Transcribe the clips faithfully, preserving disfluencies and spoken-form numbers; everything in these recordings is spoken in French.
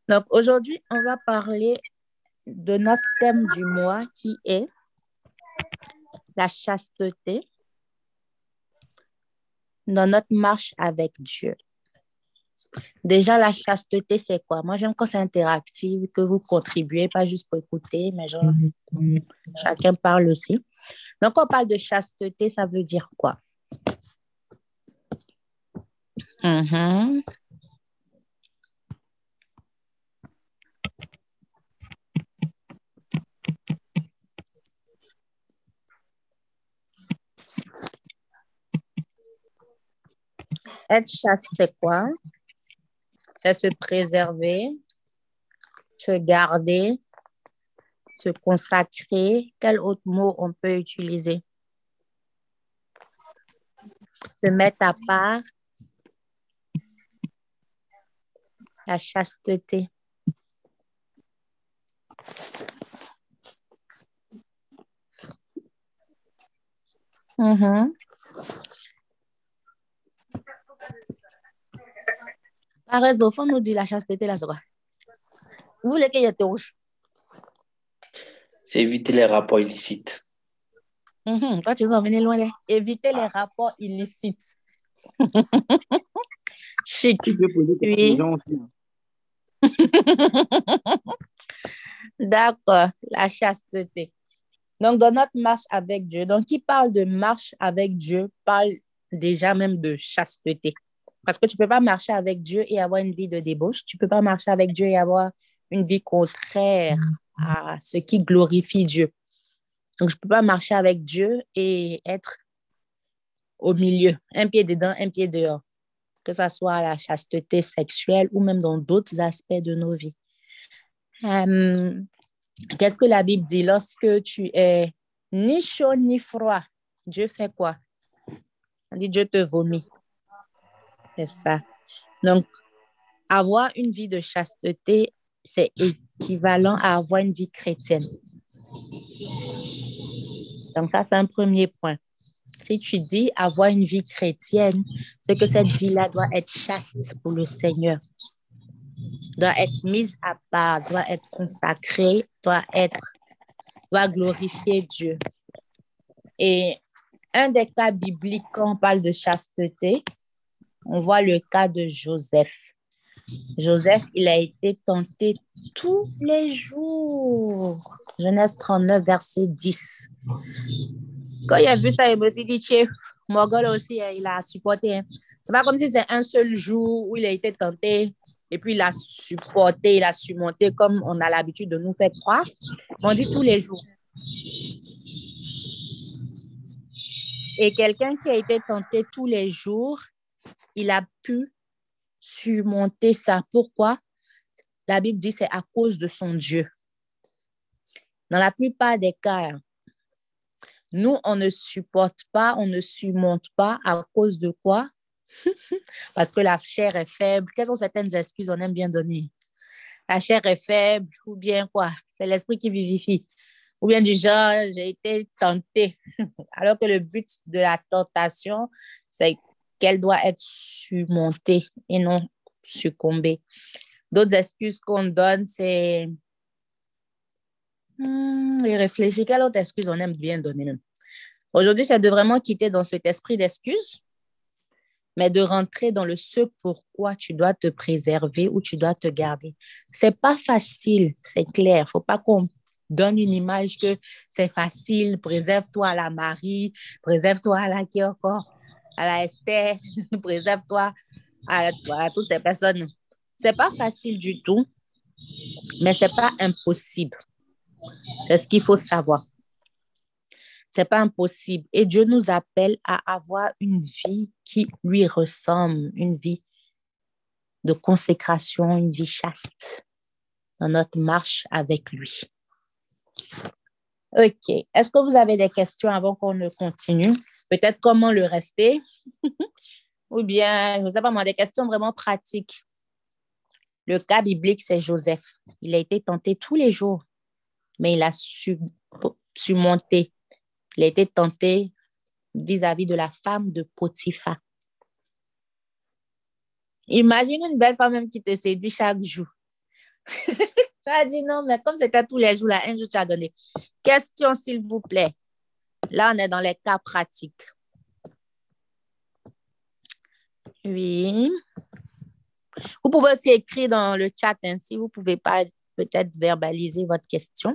Donc aujourd'hui, on va parler de notre thème du mois qui est la chasteté dans notre marche avec Dieu. Déjà, la chasteté, c'est quoi? Moi, j'aime quand c'est interactif, que vous contribuez, pas juste pour écouter, mais genre, chacun parle aussi. Donc, quand on parle de chasteté, ça veut dire quoi? Mhm. Être chaste, c'est quoi? C'est se préserver, se garder, se consacrer. Quel autre mot on peut utiliser? Se mettre à part, la chasteté. Mhm. Par raison, faut nous dire la chasteté, là, c'est quoi? Vous voulez qu'il y ait rouge? C'est éviter les rapports illicites. Mhm. Toi, tu nous emmener loin, là. Éviter les rapports illicites. Chic. Tu peux poser des Oui. questions aussi. D'accord, la chasteté. Donc, dans notre marche avec Dieu, donc qui parle de marche avec Dieu parle déjà même de chasteté. Parce que tu ne peux pas marcher avec Dieu et avoir une vie de débauche. Tu ne peux pas marcher avec Dieu et avoir une vie contraire à ce qui glorifie Dieu. Donc, je ne peux pas marcher avec Dieu et être au milieu, un pied dedans, un pied dehors, que ce soit la chasteté sexuelle ou même dans d'autres aspects de nos vies. Euh, Qu'est-ce que la Bible dit? Lorsque tu es ni chaud ni froid, Dieu fait quoi? On dit Dieu te vomit. C'est ça. Donc, avoir une vie de chasteté, c'est équivalent à avoir une vie chrétienne. Donc, ça, c'est un premier point. Si tu dis avoir une vie chrétienne, c'est que cette vie-là doit être chaste pour le Seigneur, doit être mise à part, doit être consacrée, doit être, doit glorifier Dieu. Et un des cas bibliques, quand on parle de chasteté, on voit le cas de Joseph. Joseph, il a été tenté tous les jours. Genèse trente-neuf, verset dix. Quand il a vu ça, il me dit, tiens, Morgol aussi, il a supporté. Hein. C'est pas comme si c'est un seul jour où il a été tenté et puis il a supporté, il a surmonté comme on a l'habitude de nous faire croire. On dit tous les jours. Et quelqu'un qui a été tenté tous les jours, il a pu surmonter ça. Pourquoi? La Bible dit que c'est à cause de son Dieu. Dans la plupart des cas, nous, on ne supporte pas, on ne surmonte pas à cause de quoi? Parce que la chair est faible. Quelles sont certaines excuses on aime bien donner? La chair est faible ou bien quoi? C'est l'esprit qui vivifie. Ou bien du genre, j'ai été tentée. Alors que le but de la tentation, c'est qu'elle doit être surmontée et non succomber. D'autres excuses qu'on donne, c'est... Hmm, je réfléchis. Quelle autre excuse on aime bien donner? Aujourd'hui, c'est de vraiment quitter dans cet esprit d'excuse, mais de rentrer dans le ce pourquoi tu dois te préserver ou tu dois te garder. C'est pas facile, c'est clair. Faut pas qu'on donne une image que c'est facile. Préserve-toi à la Marie, préserve-toi à la qui encore, à la Esther, préserve-toi à, à toutes ces personnes. C'est pas facile du tout, mais c'est pas impossible. C'est ce qu'il faut savoir. C'est pas impossible. Et Dieu nous appelle à avoir une vie qui lui ressemble, une vie de consécration, une vie chaste dans notre marche avec lui. OK. Est-ce que vous avez des questions avant qu'on ne continue? Peut-être comment le rester? Ou bien, je ne sais pas moi, des questions vraiment pratiques. Le cas biblique, c'est Joseph. Il a été tenté tous les jours, mais il a su, surmonté. Il a été tenté vis-à-vis de la femme de Potiphar. Imagine une belle femme même qui te séduit chaque jour. Tu as dit non, mais comme c'était tous les jours, là, un jour, tu as donné. Question, s'il vous plaît. Là, on est dans les cas pratiques. Oui. Vous pouvez aussi écrire dans le chat, hein, si vous ne pouvez pas peut-être verbaliser votre question.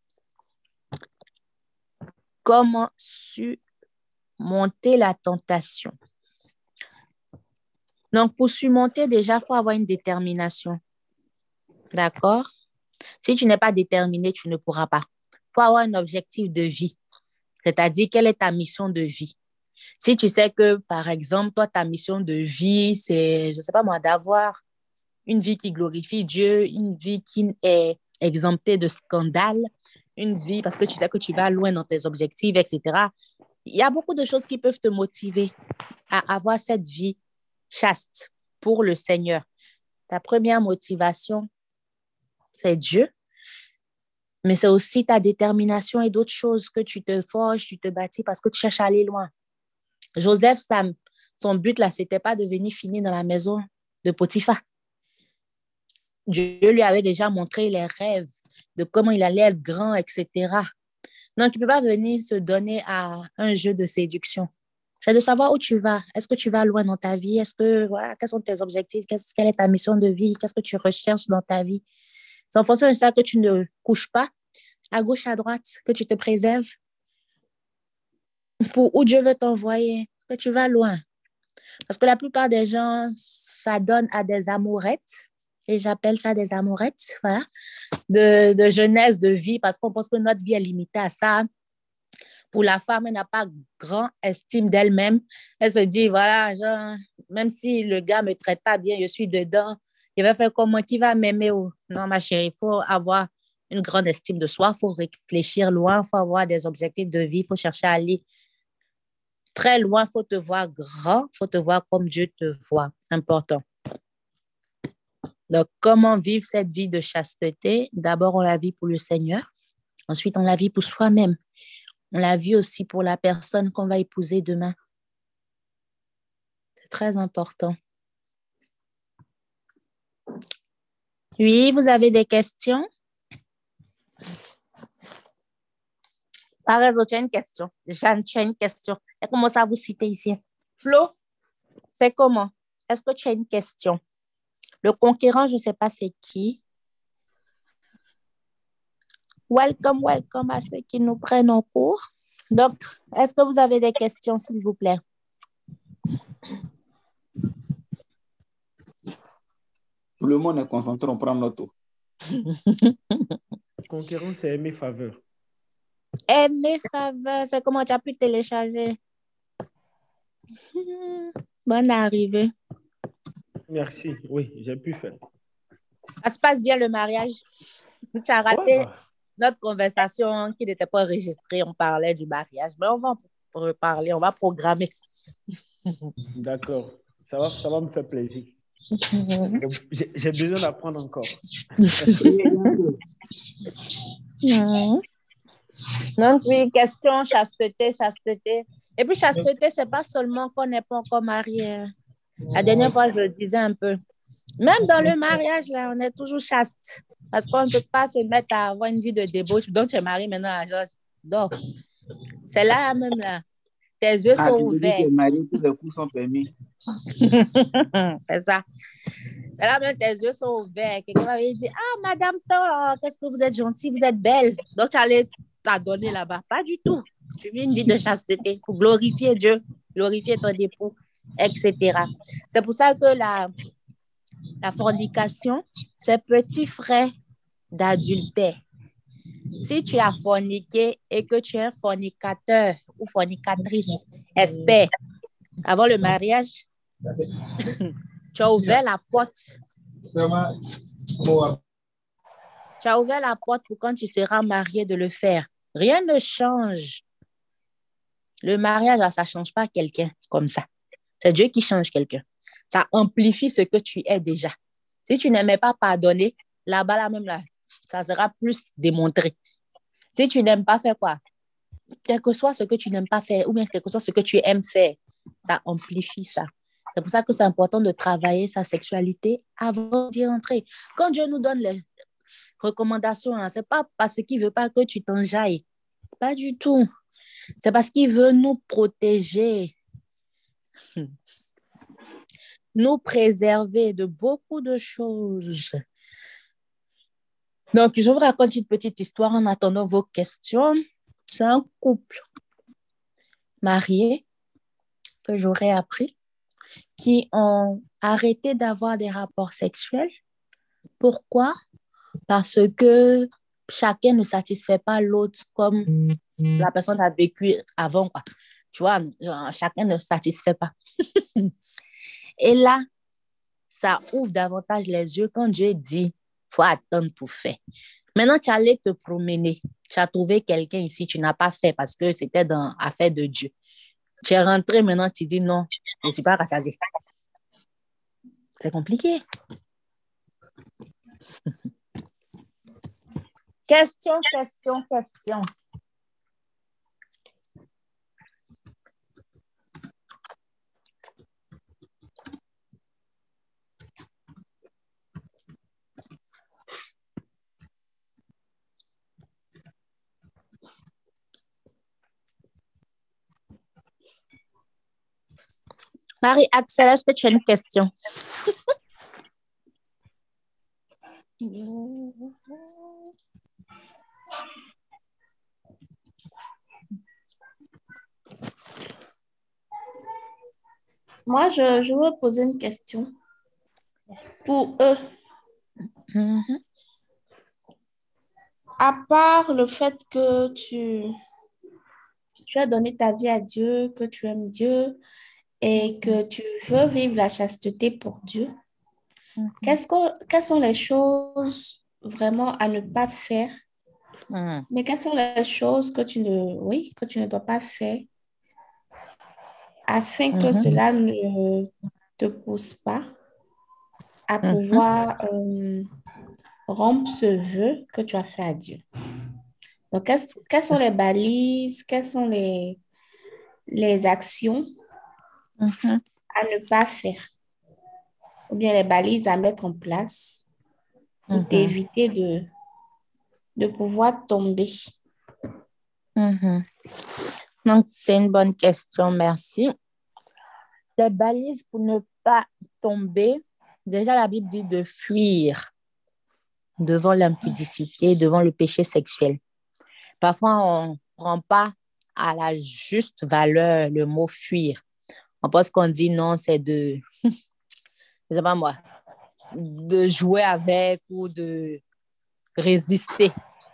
Comment surmonter la tentation? Donc, pour surmonter, déjà, il faut avoir une détermination. D'accord? Si tu n'es pas déterminé, tu ne pourras pas. Il faut avoir un objectif de vie, c'est-à-dire quelle est ta mission de vie. Si tu sais que, par exemple, toi, ta mission de vie, c'est, je ne sais pas moi, d'avoir une vie qui glorifie Dieu, une vie qui est exemptée de scandales, une vie parce que tu sais que tu vas loin dans tes objectifs, et cetera. Il y a beaucoup de choses qui peuvent te motiver à avoir cette vie chaste pour le Seigneur. Ta première motivation, c'est Dieu, mais c'est aussi ta détermination et d'autres choses que tu te forges, tu te bâtis parce que tu cherches à aller loin. Joseph, Sam, son but là, c'était pas de venir finir dans la maison de Potiphar. Dieu lui avait déjà montré les rêves de comment il allait être grand, et cetera. Donc, tu ne peux pas venir se donner à un jeu de séduction. C'est de savoir où tu vas. Est-ce que tu vas loin dans ta vie? Est-ce que, voilà, quels sont tes objectifs? Qu'est-ce, quelle est ta mission de vie? Qu'est-ce que tu recherches dans ta vie? C'est en fonction de ça que tu ne couches pas à gauche, à droite, que tu te préserves pour où Dieu veut t'envoyer, que tu vas loin. Parce que la plupart des gens, ça donne à des amourettes, et j'appelle ça des amourettes, voilà, de, de jeunesse, de vie, parce qu'on pense que notre vie est limitée à ça. Pour la femme, elle n'a pas grand estime d'elle-même. Elle se dit, voilà, genre, même si le gars ne me traite pas bien, je suis dedans, il va faire comment, qui va m'aimer? Non, ma chérie, il faut avoir une grande estime de soi, il faut réfléchir loin, il faut avoir des objectifs de vie, il faut chercher à aller très loin, il faut te voir grand, il faut te voir comme Dieu te voit. C'est important. Donc, comment vivre cette vie de chasteté? D'abord, on la vit pour le Seigneur. Ensuite, on la vit pour soi-même. On la vit aussi pour la personne qu'on va épouser demain. C'est très important. Oui, vous avez des questions? Par exemple, tu as une question. Jeanne, tu as une question. Elle commence à vous citer ici. Flo, c'est comment? Est-ce que tu as une question? Le conquérant, je ne sais pas c'est qui. Welcome, welcome à ceux qui nous prennent en cours. Donc, est-ce que vous avez des questions, s'il vous plaît? Tout le monde est concentré, on prend notre tour. Conquérant, c'est aimer faveur. Aimer faveur, c'est comment tu as pu télécharger? Bonne arrivée. Merci, oui, j'ai pu faire. Ça se passe bien le mariage? Tu as raté ouais, bah. Notre conversation qui n'était pas enregistrée, on parlait du mariage. Mais on va en reparler, on va programmer. D'accord, ça va, ça va me faire plaisir. J'ai, j'ai besoin d'apprendre encore. Donc, oui, question chasteté, chasteté. Et puis, chasteté, ce n'est pas seulement qu'on n'est pas encore marié. La dernière fois, je le disais un peu. Même dans le mariage, là, on est toujours chaste. Parce qu'on ne peut pas se mettre à avoir une vie de débauche. Donc, tu es marié maintenant à Georges. Donc, c'est là même, là. Tes yeux ah, sont ouverts. Tu es marié, tous les coups sont permis. C'est ça. C'est là même, tes yeux sont ouverts. Quelqu'un m'avait dit, ah, madame, toi, qu'est-ce que vous êtes gentille, vous êtes belle. Donc, tu allais t'adonner là-bas. Pas du tout. Tu vis une vie de chasteté pour glorifier Dieu, glorifier ton époux, et cetera. C'est pour ça que la, la fornication, c'est petit frère d'adultère. Si tu as forniqué et que tu es un fornicateur ou fornicatrice, espère, avant le mariage, tu as ouvert la porte. Tu as ouvert la porte pour quand tu seras marié de le faire. Rien ne change. Le mariage, ça ne change pas quelqu'un comme ça. C'est Dieu qui change quelqu'un. Ça amplifie ce que tu es déjà. Si tu n'aimais pas pardonner, là-bas, là même, là, ça sera plus démontré. Si tu n'aimes pas faire quoi? Quel que soit ce que tu n'aimes pas faire, ou bien quel que soit ce que tu aimes faire, ça amplifie ça. C'est pour ça que c'est important de travailler sa sexualité avant d'y entrer. Quand Dieu nous donne les, recommandation, hein, ce n'est pas parce qu'il ne veut pas que tu t'enjailles. Pas du tout. C'est parce qu'il veut nous protéger, nous préserver de beaucoup de choses. Donc, je vous raconte une petite histoire en attendant vos questions. C'est un couple marié que j'aurais appris qui ont arrêté d'avoir des rapports sexuels. Pourquoi? Parce que chacun ne satisfait pas l'autre comme la personne a vécu avant, quoi. Tu vois, genre, chacun ne satisfait pas. Et là, ça ouvre davantage les yeux quand Dieu dit, il faut attendre pour faire. Maintenant, tu allais te promener. Tu as trouvé quelqu'un ici, tu n'as pas fait parce que c'était dans l'affaire de Dieu. Tu es rentré, maintenant, tu dis non, je ne suis pas rassasiée. C'est compliqué. Question, question, question. Marie-Axel, est-ce que tu as une question? Moi, je, je veux poser une question. Pour eux, Mm-hmm. à part le fait que tu, tu as donné ta vie à Dieu, que tu aimes Dieu et que tu veux vivre la chasteté pour Dieu, Mm-hmm. qu'est-ce que, quelles sont les choses vraiment à ne pas faire? Mm. Mais quelles sont les choses que tu ne, oui, que tu ne dois pas faire afin que Mm-hmm. cela ne te pousse pas à Mm-hmm. pouvoir euh, rompre ce vœu que tu as fait à Dieu? Donc, quelles, quelles sont les balises, quelles sont les, les actions Mm-hmm. à ne pas faire, ou bien les balises à mettre en place pour Mm-hmm. t'éviter de, de pouvoir tomber? Mm-hmm. Donc, c'est une bonne question, merci. Les balises pour ne pas tomber, déjà la Bible dit de fuir devant l'impudicité, devant le péché sexuel. Parfois, on ne prend pas à la juste valeur le mot fuir. On pense qu'on dit non, c'est de, je sais pas moi, de jouer avec ou de résister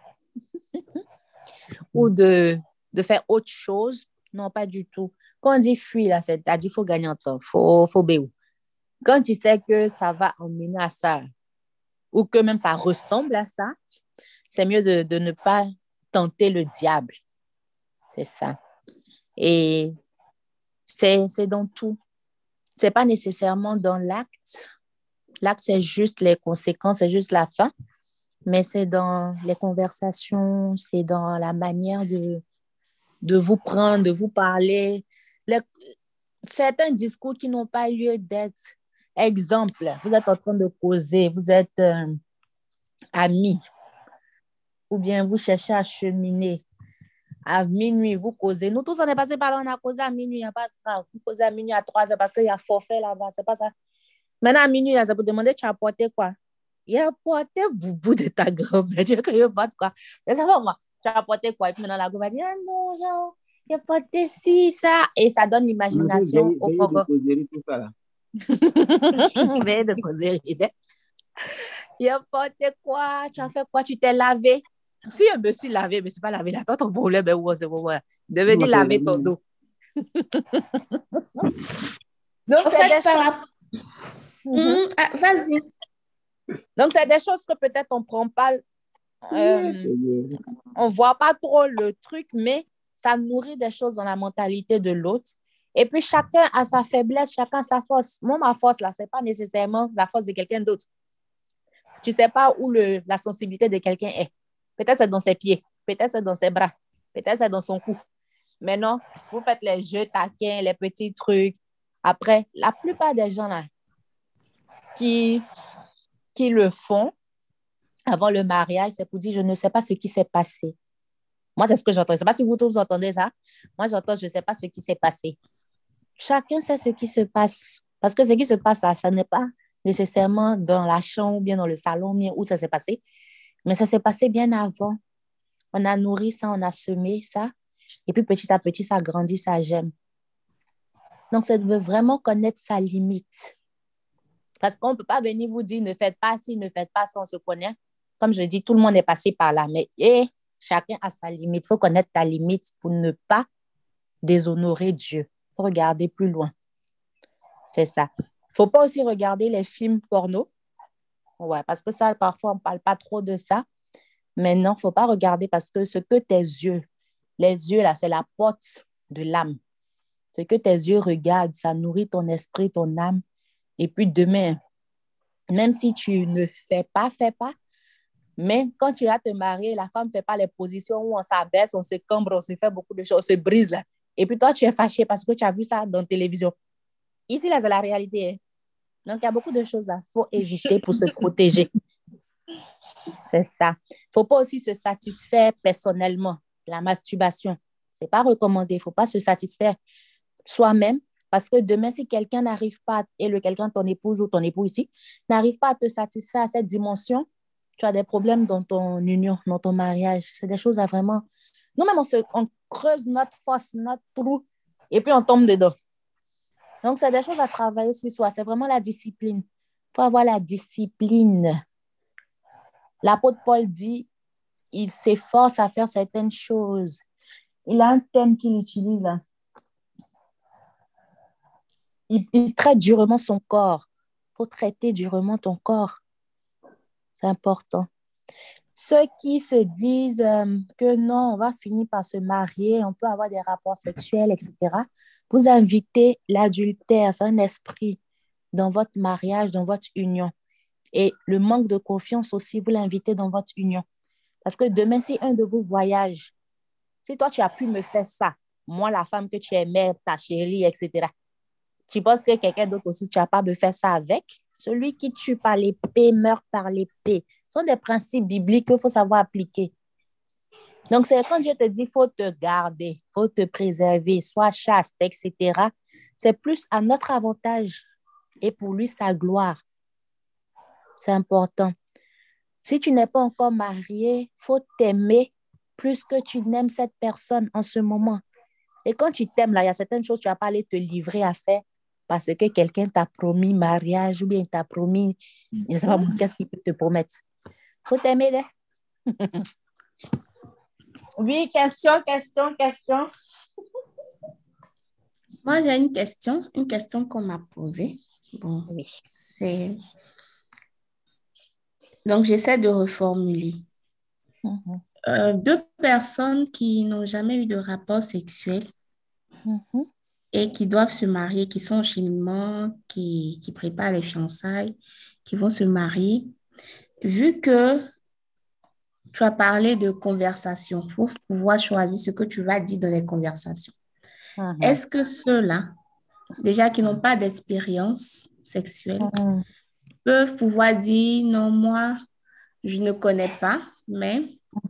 ou de, de faire autre chose. Non, pas du tout. Quand on dit fuir, là, c'est-à-dire qu'il faut gagner en temps, il faut, faut béou. Quand tu sais que ça va emmener à ça, ou que même ça ressemble à ça, c'est mieux de, de ne pas tenter le diable. C'est ça. Et c'est, c'est dans tout. Ce n'est pas nécessairement dans l'acte. L'acte, c'est juste les conséquences, c'est juste la fin. Mais c'est dans les conversations, c'est dans la manière de, de vous prendre, de vous parler. Les, certains discours qui n'ont pas lieu d'être. Exemple, vous êtes en train de causer, vous êtes euh, amis, ou bien vous cherchez à cheminer. À minuit, vous causez. Nous tous, on est passé par là, on a causé à minuit, il n'y a pas de travail. Vous causez à minuit, à trois heures, parce qu'il y a forfait là-bas, c'est pas ça. Maintenant, à minuit, là, ça vous demander, tu as apporté quoi? Il a apporté boubou de ta grand-mère. Tu veux que je vote quoi? Mais ça va, moi. Tu as apporté quoi? Et puis maintenant, la grand-mère dit, ah non, genre, il a apporté ci, ça. Et ça donne l'imagination au Veille de programme. causerie, tout ça là. Veille de causerie. Il a apporté quoi? Tu as fait quoi? Tu t'es lavé? Si je me suis lavé, je ne me suis pas lavé. Attends, ton problème est où? C'est bon, voilà. Devais dire laver ton dos. Donc, Au c'est fait, des par choses. rapport... Mhm. Mmh, ah, vas-y. Donc, c'est des choses que peut-être on ne prend pas, euh, on ne voit pas trop le truc, mais ça nourrit des choses dans la mentalité de l'autre. Et puis, chacun a sa faiblesse, chacun a sa force. Moi, ma force, là, ce n'est pas nécessairement la force de quelqu'un d'autre. Tu ne sais pas où le, la sensibilité de quelqu'un est. Peut-être c'est dans ses pieds, peut-être c'est dans ses bras, peut-être c'est dans son cou. Mais non, vous faites les jeux taquins, les petits trucs. Après, la plupart des gens là qui, qui le font, avant le mariage, c'est pour dire, je ne sais pas ce qui s'est passé. Moi, c'est ce que j'entends. Je ne sais pas si vous tous entendez ça. Moi, j'entends, je ne sais pas ce qui s'est passé. Chacun sait ce qui se passe. Parce que ce qui se passe là, ça n'est pas nécessairement dans la chambre, ou bien dans le salon, bien où ça s'est passé. Mais ça s'est passé bien avant. On a nourri ça, on a semé ça. Et puis, petit à petit, ça grandit, ça germe. Donc, ça veut vraiment connaître sa limite. Parce qu'on ne peut pas venir vous dire, ne faites pas ci, ne faites pas ça, on se connaît. Comme je dis, tout le monde est passé par là. Mais et, chacun a sa limite. Il faut connaître ta limite pour ne pas déshonorer Dieu. Il faut regarder plus loin. C'est ça. Il ne faut pas aussi regarder les films porno. Ouais, parce que ça, parfois, on ne parle pas trop de ça. Mais non, il ne faut pas regarder parce que ce que tes yeux, les yeux, là, c'est la porte de l'âme. Ce que tes yeux regardent, ça nourrit ton esprit, ton âme. Et puis demain, même si tu ne fais pas, fais pas. Mais quand tu vas te marier, la femme ne fait pas les positions où on s'abaisse, on se cambre, on se fait beaucoup de choses, on se brise là. Et puis toi, tu es fâché parce que tu as vu ça dans la télévision. Ici, là, c'est la réalité. Hein? Donc, il y a beaucoup de choses qu'il faut éviter pour se protéger. C'est ça. Il ne faut pas aussi se satisfaire personnellement. La masturbation, ce n'est pas recommandé. Il ne faut pas se satisfaire soi-même parce que demain, si quelqu'un n'arrive pas, et le quelqu'un, ton épouse ou ton époux ici, n'arrive pas à te satisfaire à cette dimension, tu as des problèmes dans ton union, dans ton mariage. C'est des choses à vraiment... Nous-mêmes, on, se, on creuse notre fosse, notre trou, et puis on tombe dedans. Donc, c'est des choses à travailler sur soi. C'est vraiment la discipline. Il faut avoir la discipline. L'apôtre Paul dit, il s'efforce à faire certaines choses. Il a un thème qu'il utilise. Là. Il, il traite durement son corps. Il faut traiter durement ton corps. C'est important. Ceux qui se disent euh, que non, on va finir par se marier, on peut avoir des rapports sexuels, et cetera. Vous invitez l'adultère, c'est un esprit dans votre mariage, dans votre union. Et le manque de confiance aussi, vous l'invitez dans votre union. Parce que demain, si un de vous voyage, si toi, tu as pu me faire ça, moi, la femme que tu aimais, ta chérie, et cetera, tu penses que quelqu'un d'autre aussi, tu n'as pas me faire ça avec? Celui qui tue par l'épée meurt par l'épée. Ce sont des principes bibliques qu'il faut savoir appliquer. Donc, c'est quand Dieu te dit, il faut te garder, il faut te préserver, sois chaste, et cetera. C'est plus à notre avantage et pour lui, sa gloire. C'est important. Si tu n'es pas encore marié, il faut t'aimer plus que tu n'aimes cette personne en ce moment. Et quand tu t'aimes, là, il y a certaines choses que tu ne vas pas aller te livrer à faire parce que quelqu'un t'a promis mariage ou bien t'a promis, je ne sais pas qu'est-ce qu'il peut te promettre. Il faut t'aimer. Là. Oui, question, question, question. Moi, j'ai une question, une question qu'on m'a posée. Bon, Oui. c'est... Donc, j'essaie de reformuler. Mm-hmm. Euh, deux personnes qui n'ont jamais eu de rapport sexuel Mm-hmm. et qui doivent se marier, qui sont au cheminement, qui, qui préparent les fiançailles, qui vont se marier. Vu que tu as parlé de conversation, il faut pouvoir choisir ce que tu vas dire dans les conversations. Mm-hmm. Est-ce que ceux-là, déjà qui n'ont pas d'expérience sexuelle, Mm-hmm. peuvent pouvoir dire, non, moi, je ne connais pas, mais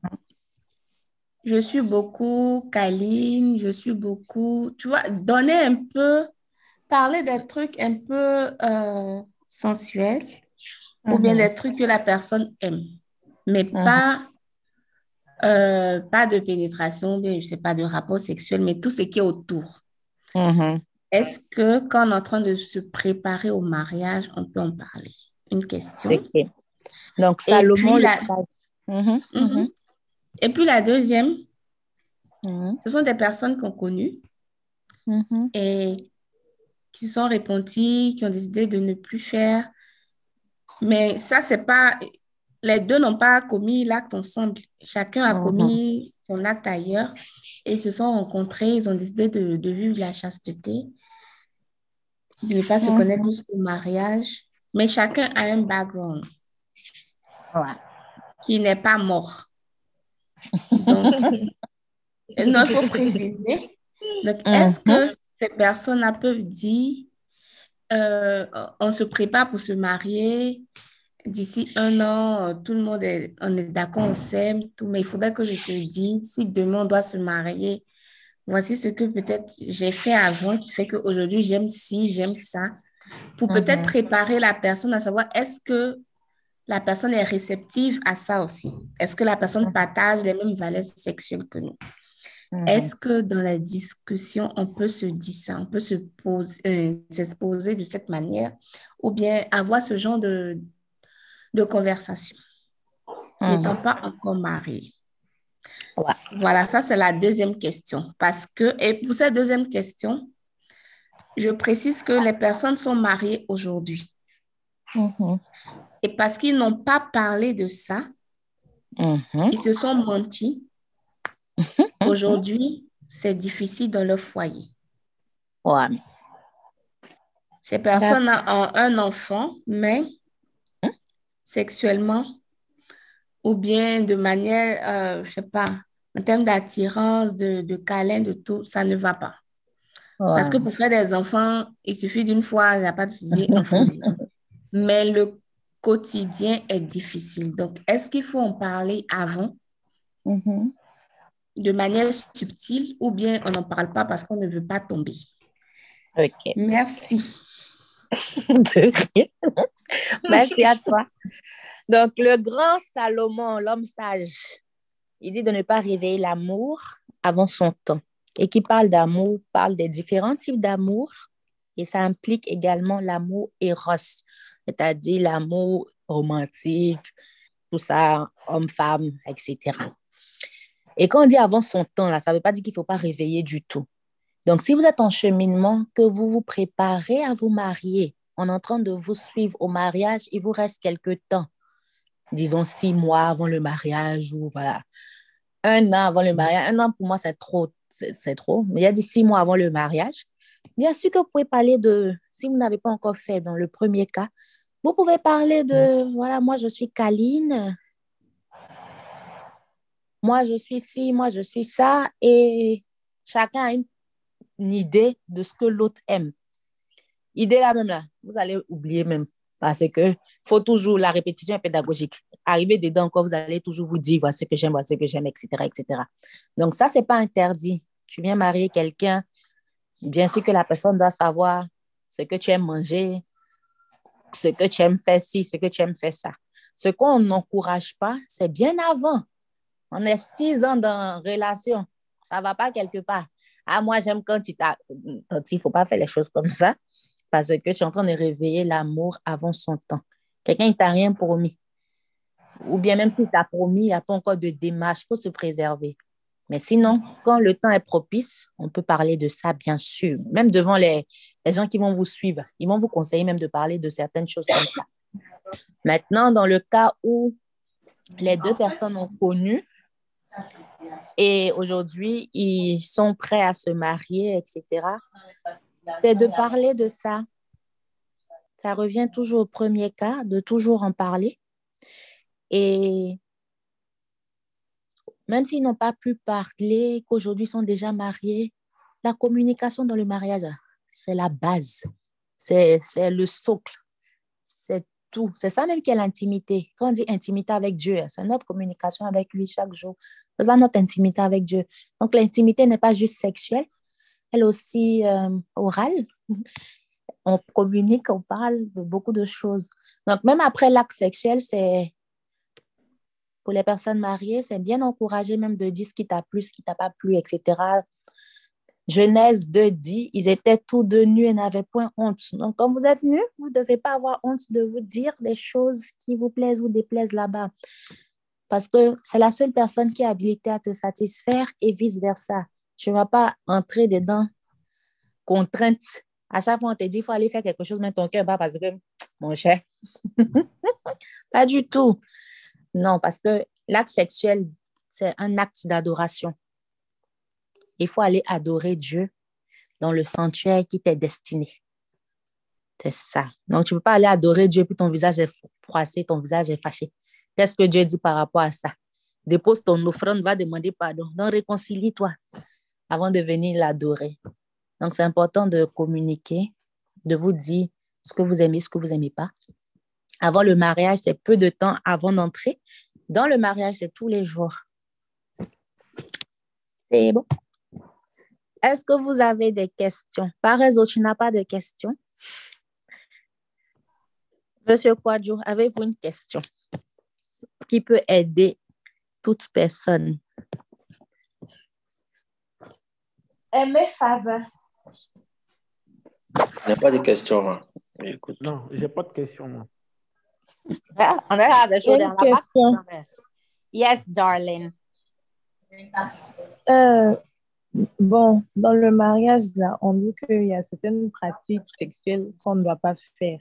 je suis beaucoup câline, je suis beaucoup, tu vois, donner un peu, parler des trucs un peu euh, sensuels ou bien Mm-hmm. des trucs que la personne aime, mais Mm-hmm. pas, euh, pas de pénétration, bien, je sais pas, de rapport sexuel, mais tout ce qui est autour. Mm-hmm. Est-ce que quand on est en train de se préparer au mariage, on peut en parler? Une question. OK. Donc, Et Salomon, puis le... la, Mm-hmm. Mhm. Et puis la deuxième, Mm-hmm. ce sont des personnes qu'on connu Mm-hmm. et qui sont repentis, qui ont décidé de ne plus faire. Mais ça, c'est pas... Les deux n'ont pas commis l'acte ensemble. Chacun a Mm-hmm. commis son acte ailleurs et ils se sont rencontrés, ils ont décidé de, de vivre la chasteté, de ne pas se connaître Mm-hmm. jusqu'au mariage. Mais chacun a un background Ouais. qui n'est pas mort. Donc, non, il faut préciser. Donc, est-ce Mm-hmm. que ces personnes-là peuvent dire, euh, on se prépare pour se marier, d'ici un an, euh, tout le monde est, on est d'accord, on s'aime, tout, mais il faudrait que je te dise, si demain on doit se marier, voici ce que peut-être j'ai fait avant qui fait qu'aujourd'hui j'aime ci, j'aime ça, pour peut-être Mhm, préparer la personne à savoir est-ce que la personne est réceptive à ça aussi? Est-ce que la personne partage les mêmes valeurs sexuelles que nous? mhm, Est-ce que dans la discussion, on peut se dire ça, on peut se poser, euh, s'exposer de cette manière ou bien avoir ce genre de, de conversation, n'étant mhm. pas encore marié? Ouais. Voilà, ça c'est la deuxième question. Parce que, et pour cette deuxième question, je précise que les personnes sont mariées aujourd'hui. Mhm, Et parce qu'ils n'ont pas parlé de ça, mhm, ils se sont mentis. mhm. Aujourd'hui, c'est difficile dans leur foyer. Ouais. Ces personnes D'accord. ont un enfant, mais sexuellement ou bien de manière, euh, je sais pas, en termes d'attirance, de, de câlin, de tout, ça ne va pas. Parce que Ouais. pour faire des enfants, il suffit d'une fois, il n'y a pas de souci, en famille. Mais le quotidien est difficile. Donc, est-ce qu'il faut en parler avant, Mhm. de manière subtile, ou bien on n'en parle pas parce qu'on ne veut pas tomber? OK. Merci. De rien. Merci à toi. Donc, le grand Salomon, l'homme sage, il dit de ne pas réveiller l'amour avant son temps. Et qui parle d'amour, parle des différents types d'amour. Et ça implique également l'amour éros, c'est-à-dire l'amour romantique, tout ça, homme-femme, et cetera. Et quand on dit avant son temps, là, ça ne veut pas dire qu'il ne faut pas réveiller du tout. Donc, si vous êtes en cheminement, que vous vous préparez à vous marier, en est en train de vous suivre au mariage, il vous reste quelques temps, disons six mois avant le mariage ou voilà, un an avant le mariage. Un an, pour moi, c'est trop, c'est, c'est trop. Mais il y a dit six mois avant le mariage. Bien sûr que vous pouvez parler de, si vous n'avez pas encore fait dans le premier cas, vous pouvez parler de, voilà, moi, je suis Kaline, moi, je suis ci, moi, je suis ça, et chacun a une, une idée de ce que l'autre aime. Idée là même là, vous allez oublier même, parce que faut toujours, la répétition est pédagogique. Arriver dedans encore, vous allez toujours vous dire, voici ce que j'aime, voici ce que j'aime, et cetera, et cetera. Donc ça, c'est pas interdit. Tu viens marier quelqu'un, bien sûr que la personne doit savoir ce que tu aimes manger, ce que tu aimes faire ci, ce que tu aimes faire ça. Ce qu'on n'encourage pas, c'est bien avant. On est six ans dans relation. Ça ne va pas quelque part. Ah, moi, j'aime quand tu t'as... Il ne faut pas faire les choses comme ça parce que je suis en train de réveiller l'amour avant son temps. Quelqu'un ne t'a rien promis. Ou bien même s'il t'a promis, il n'y a pas encore de démarche. Il faut se préserver. Mais sinon, quand le temps est propice, on peut parler de ça, bien sûr. Même devant les, les gens qui vont vous suivre. Ils vont vous conseiller même de parler de certaines choses comme ça. Maintenant, dans le cas où les deux personnes ont connu et aujourd'hui, ils sont prêts à se marier, et cetera, c'est de parler de ça. Ça revient toujours au premier cas, de toujours en parler. Et même s'ils n'ont pas pu parler, qu'aujourd'hui ils sont déjà mariés, la communication dans le mariage, c'est la base. C'est, c'est le socle. C'est tout. C'est ça même qui est l'intimité. Quand on dit intimité avec Dieu, c'est notre communication avec lui chaque jour. C'est ça notre intimité avec Dieu. Donc l'intimité n'est pas juste sexuelle, elle est aussi euh, orale. On communique, on parle de beaucoup de choses. Donc même après l'acte sexuel, c'est pour les personnes mariées, c'est bien encouragé même de dire ce qui t'a plu, ce qui t'a pas plu, et cetera. Genèse deux dit, ils étaient tous deux nus et n'avaient point honte. Donc, quand vous êtes nus, vous ne devez pas avoir honte de vous dire les choses qui vous plaisent ou déplaisent là-bas. Parce que c'est la seule personne qui est habilitée à te satisfaire et vice-versa. Tu ne vas pas entrer dedans contrainte. À chaque fois, on te dit, il faut aller faire quelque chose, mais ton cœur bat parce que, mon cher, pas du tout. Non, parce que l'acte sexuel, c'est un acte d'adoration. Il faut aller adorer Dieu dans le sanctuaire qui t'est destiné. C'est ça. Donc, tu ne peux pas aller adorer Dieu puis ton visage est froissé, ton visage est fâché. Qu'est-ce que Dieu dit par rapport à ça? Dépose ton offrande, va demander pardon. Donc, réconcilie-toi avant de venir l'adorer. Donc, c'est important de communiquer, de vous dire ce que vous aimez, ce que vous n'aimez pas. Avant le mariage, c'est peu de temps avant d'entrer. Dans le mariage, c'est tous les jours. C'est bon. Est-ce que vous avez des questions? Par réseau, tu n'as pas de questions? Monsieur Kwadjo, avez-vous une question qui peut aider toute personne? Aimez faveur. Il n'y a pas de questions. Hein. Écoute. Non, je n'ai pas de questions, moi. Ah, on a des choses Une dans la question. partie. Yes, darling. Euh, bon, dans le mariage, là, on dit qu'il y a certaines pratiques sexuelles qu'on ne doit pas faire.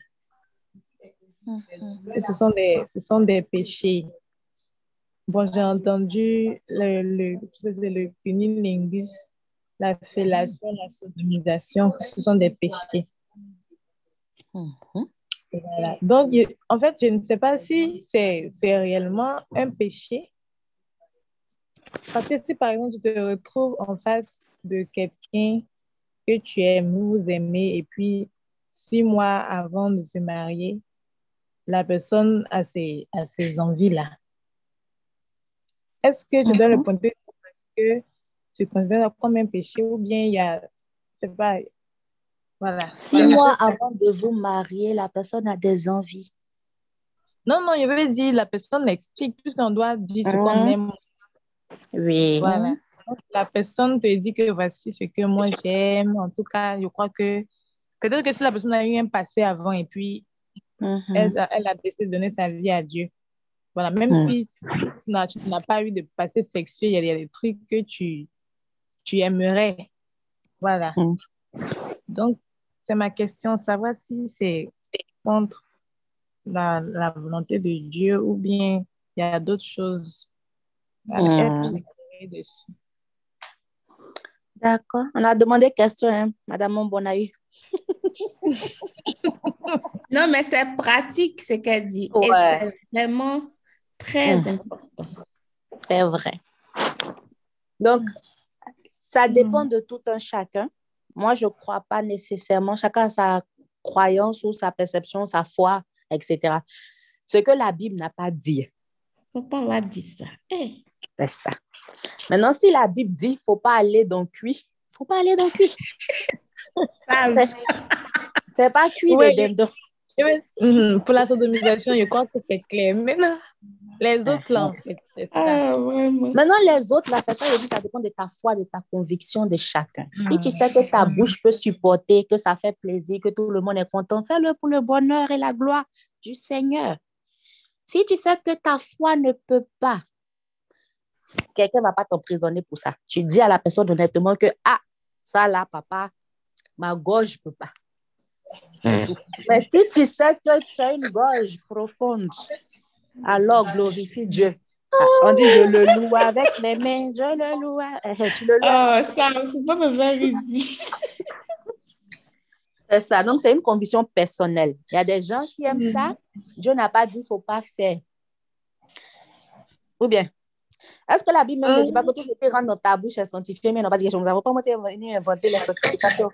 Mhm. Et ce sont des, ce sont des péchés. Bon, j'ai entendu le, le, le cunnilingus, la fellation, la sodomisation, ce sont des péchés. Mhm. Voilà. Donc, je- en fait, je ne sais pas si c'est c'est réellement un péché. Parce que si, par exemple, tu te retrouves en face de quelqu'un que tu aimes, vous vous aimez, et puis six mois avant de se marier, la personne a ses, a ses envies-là. Est-ce que tu dois le Mhm. pointer parce que tu considères ça comme un péché ou bien il y a, c'est pas, voilà. Six Voilà. mois avant de vous marier, la personne a des envies. Non, non, je veux dire, la personne l'explique puisqu'on doit dire ce qu'on Mhm. aime. Oui. Voilà. Donc, la personne te dit que voici ce que moi j'aime. En tout cas, je crois que peut-être que si la personne a eu un passé avant et puis Mhm. elle, a- elle a décidé de donner sa vie à Dieu. Voilà, même Mhm. si tu n'as, tu n'as pas eu de passé sexuel, il y a, il y a des trucs que tu, tu aimerais. Voilà. Mhm. Donc, c'est ma question, savoir si c'est contre la, la volonté de Dieu ou bien il y a d'autres choses à laquelle tu Mhm. s'éclairer dessus. D'accord. On a demandé question, hein, Madame Bonayu. Non, mais c'est pratique ce qu'elle dit. Et Ouais. c'est vraiment très Mhm. important. C'est vrai. Donc, ça dépend de tout un chacun. Moi, je ne crois pas nécessairement. Chacun a sa croyance ou sa perception, sa foi, et cetera. Ce que la Bible n'a pas dit, Faut pas avoir dit ça. Eh, c'est ça. Maintenant, si la Bible dit qu'il ne faut pas aller dans le cuit, il ne faut pas aller dans le cuit. ça, C'est, c'est pas cuit Ouais, de dindon. je veux- Mhm, pour la sodomisation, je crois que c'est clair. Maintenant, les autres, là, en fait, c'est ça. ah, vraiment. Maintenant, les autres, là, c'est ça, je dis, ça dépend de ta foi, de ta conviction de chacun. Si tu Mhm. sais que ta bouche peut supporter, que ça fait plaisir, que tout le monde est content, fais-le pour le bonheur et la gloire du Seigneur. Si tu sais que ta foi ne peut pas, quelqu'un ne va pas t'emprisonner pour ça. Tu dis à la personne honnêtement que, ah, ça là, papa, ma gorge ne peut pas. Mais si tu sais que tu as une gorge profonde, alors glorifie Dieu. Ah, on dit, je le loue avec mes mains, je le loue. Eh, tu le loues avec- Oh, ça, faut pas me faire ici. C'est ça. Donc, c'est une conviction personnelle. Il y a des gens qui aiment ça. Dieu n'a pas dit qu'il ne faut pas faire. Ou bien, est-ce que la Bible même ne dit pas que tout ce qui rentre dans ta bouche est sanctifié, mais on n'a pas dit que nous n'avons pas venu inventer les sanctifications.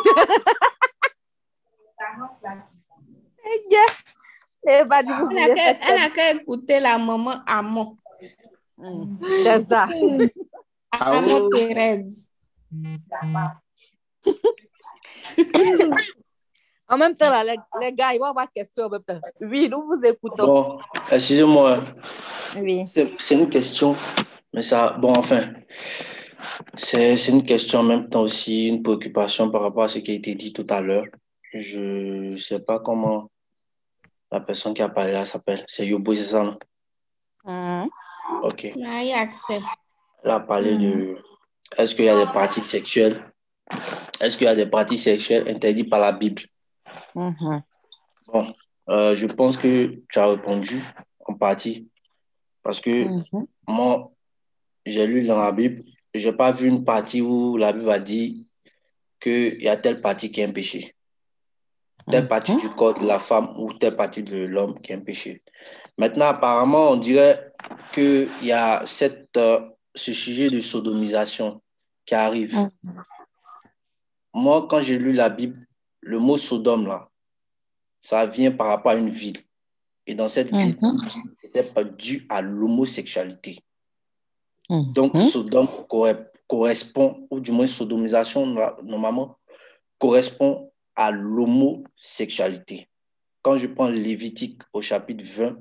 Eh, pas dit, vous Elle a voulez qu'à- faire elle a qu'à écouter la maman Amon. Hmm, c'est ça. Amon Thérèse. En même temps, là, les, les gars, ils vont avoir question en même temps. Oui, nous vous écoutons. Bon, excusez-moi, Oui. c'est c'est une question, mais ça, bon, enfin, c'est c'est une question en même temps aussi, une préoccupation par rapport à ce qui a été dit tout à l'heure. Je ne sais pas comment la personne qui a parlé là s'appelle. C'est Yobo, c'est ça, non? Hmm. Ok. Marie accepte. Elle a parlé de, est-ce qu'il y a des pratiques sexuelles? Est-ce qu'il y a des pratiques sexuelles interdites par la Bible? Mhm. Bon, euh, je pense que tu as répondu en partie parce que Mhm. moi, j'ai lu dans la Bible, je n'ai pas vu une partie où la Bible a dit qu'il y a telle partie qui est un péché, telle partie du corps de la femme ou telle partie de l'homme qui est un péché. Maintenant, apparemment, on dirait qu'il y a cette, euh, ce sujet de sodomisation qui arrive. Mhm. Moi, quand j'ai lu la Bible, le mot Sodome, là, ça vient par rapport à une ville. Et dans cette ville, Mhm. c'était pas dû à l'homosexualité. Mhm. Donc, Sodome corre- correspond, ou du moins sodomisation, no- normalement, correspond à l'homosexualité. Quand je prends Lévitique au chapitre vingt,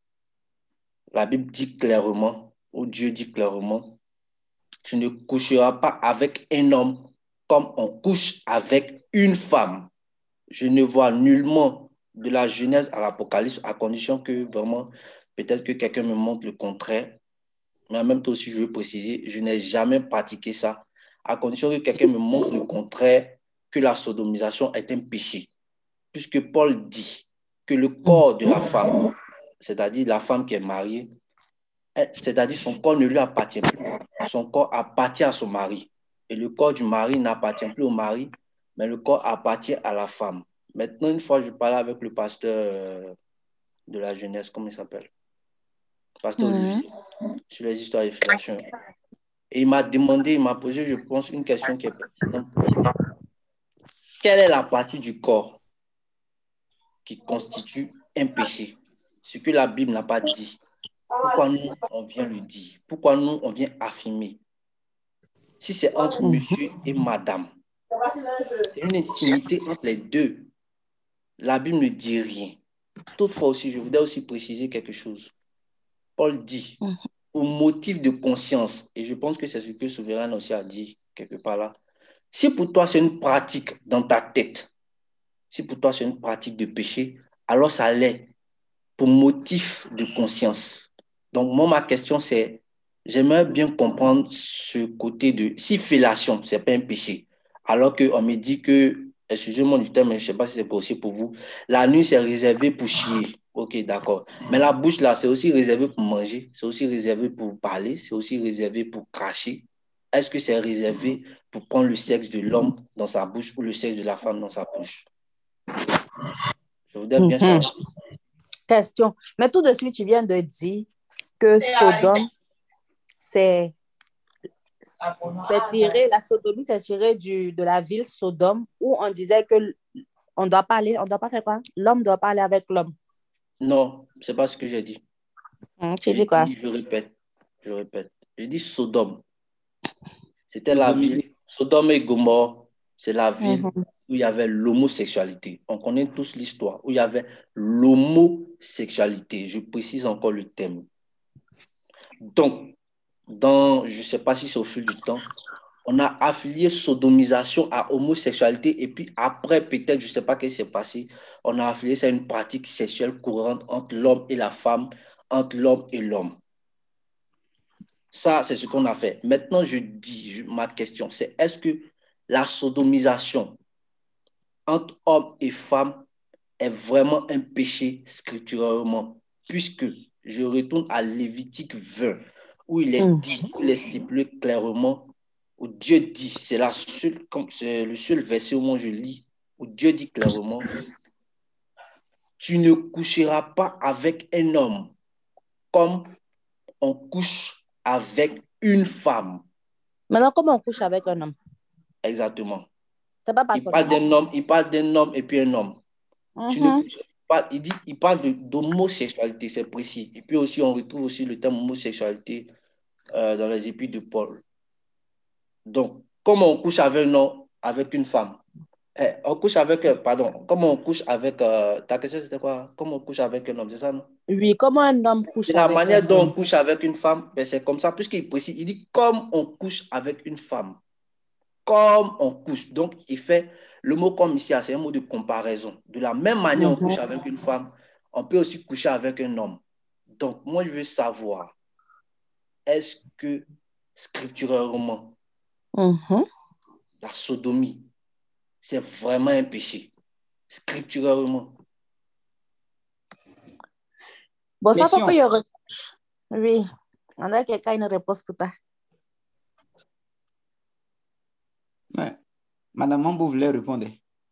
la Bible dit clairement, ou Dieu dit clairement, tu ne coucheras pas avec un homme comme on couche avec une femme. Je ne vois nullement de la Genèse à l'Apocalypse, à condition que vraiment, peut-être que quelqu'un me montre le contraire. Mais en même temps aussi, je veux préciser, je n'ai jamais pratiqué ça, à condition que quelqu'un me montre le contraire, que la sodomisation est un péché. Puisque Paul dit que le corps de la femme, c'est-à-dire la femme qui est mariée, c'est-à-dire son corps ne lui appartient plus. Son corps appartient à son mari. Et le corps du mari n'appartient plus au mari, mais le corps appartient à la femme. Maintenant, une fois, je parlais avec le pasteur de la jeunesse, comment il s'appelle? Pasteur Olivier, sur les histoires de filiation. Et il m'a demandé, il m'a posé, je pense, une question qui est pertinente pour lui. Quelle est la partie du corps qui constitue un péché? Ce que la Bible n'a pas dit. Pourquoi nous, on vient le dire? Pourquoi nous, on vient affirmer? Si c'est entre monsieur et madame, c'est une intimité entre les deux. La Bible ne dit rien. Toutefois aussi, je voudrais aussi préciser quelque chose. Paul dit, au motif de conscience, et je pense que c'est ce que Souverain aussi a dit quelque part là, si pour toi c'est une pratique dans ta tête, si pour toi c'est une pratique de péché, alors ça l'est pour motif de conscience. Donc moi, ma question c'est, j'aimerais bien comprendre ce côté de, si fellation, c'est pas un péché, alors qu'on me dit que, excusez-moi du terme, mais je ne sais pas si c'est possible pour vous, la nuit c'est réservé pour chier. Ok, d'accord. Mais la bouche là, c'est aussi réservé pour manger, c'est aussi réservé pour parler, c'est aussi réservé pour cracher. Est-ce que c'est réservé pour prendre le sexe de l'homme dans sa bouche ou le sexe de la femme dans sa bouche? Je voudrais bien Mhm. savoir. Question. Mais tout de suite, tu viens de dire que Sodome, c'est c'est tiré, la sodomie, c'est tiré du, de la ville Sodome où on disait que l- on doit pas aller, on doit pas faire quoi? L'homme doit pas aller avec l'homme. Non, c'est pas ce que j'ai dit. Hum, tu Je dis quoi? dis, je répète, je répète. Je dis Sodome. C'était la ville, Sodome et Gomorrhe, c'est la ville Mhm. où il y avait l'homosexualité. On connaît tous l'histoire, où il y avait l'homosexualité. Je précise encore le terme. Donc, dans, je ne sais pas si c'est au fil du temps, on a affilié sodomisation à homosexualité et puis après, peut-être, je ne sais pas ce qui s'est passé, on a affilié ça à une pratique sexuelle courante entre l'homme et la femme, entre l'homme et l'homme. Ça, c'est ce qu'on a fait. Maintenant, je dis, je, ma question, c'est est-ce que la sodomisation entre hommes et femmes est vraiment un péché scripturalement? Puisque je retourne à Lévitique vingt, où il est Hum. dit, où il est stipulé clairement, où Dieu dit, c'est la seule, c'est le seul verset où moi je lis, où Dieu dit clairement, tu ne coucheras pas avec un homme comme on couche avec une femme. Maintenant, comment on couche avec un homme? Exactement. C'est pas par Il parle sodomie. d'un homme, il parle d'un homme et puis un homme. Tu ne Mhm. couches pas, il dit, il parle de- d'homosexualité, c'est précis. Et puis aussi, on retrouve aussi le terme homosexualité euh, dans les épîtres de Paul. Donc, comment on couche avec un homme, avec une femme? Eh, on couche avec, euh, pardon, comment on couche avec, euh, ta question c'était quoi? Comment on couche avec un homme, c'est ça, non? Oui, comment un homme De couche la avec un manière dont on homme? couche avec une femme, ben c'est comme ça, puisqu'il précise, il dit comme on couche avec une femme. Comme on couche. Donc, il fait le mot comme ici, c'est un mot de comparaison. De la même manière, on couche Mhm. avec une femme, on peut aussi coucher avec un homme. Donc, moi, je veux savoir, est-ce que scripturairement, Mhm. la sodomie, c'est vraiment un péché? Scripturairement. Bon, ça, faut que Question. je re- Oui, on a quelqu'un une réponse pour toi. Ouais. Madame Mambo voulait répondre.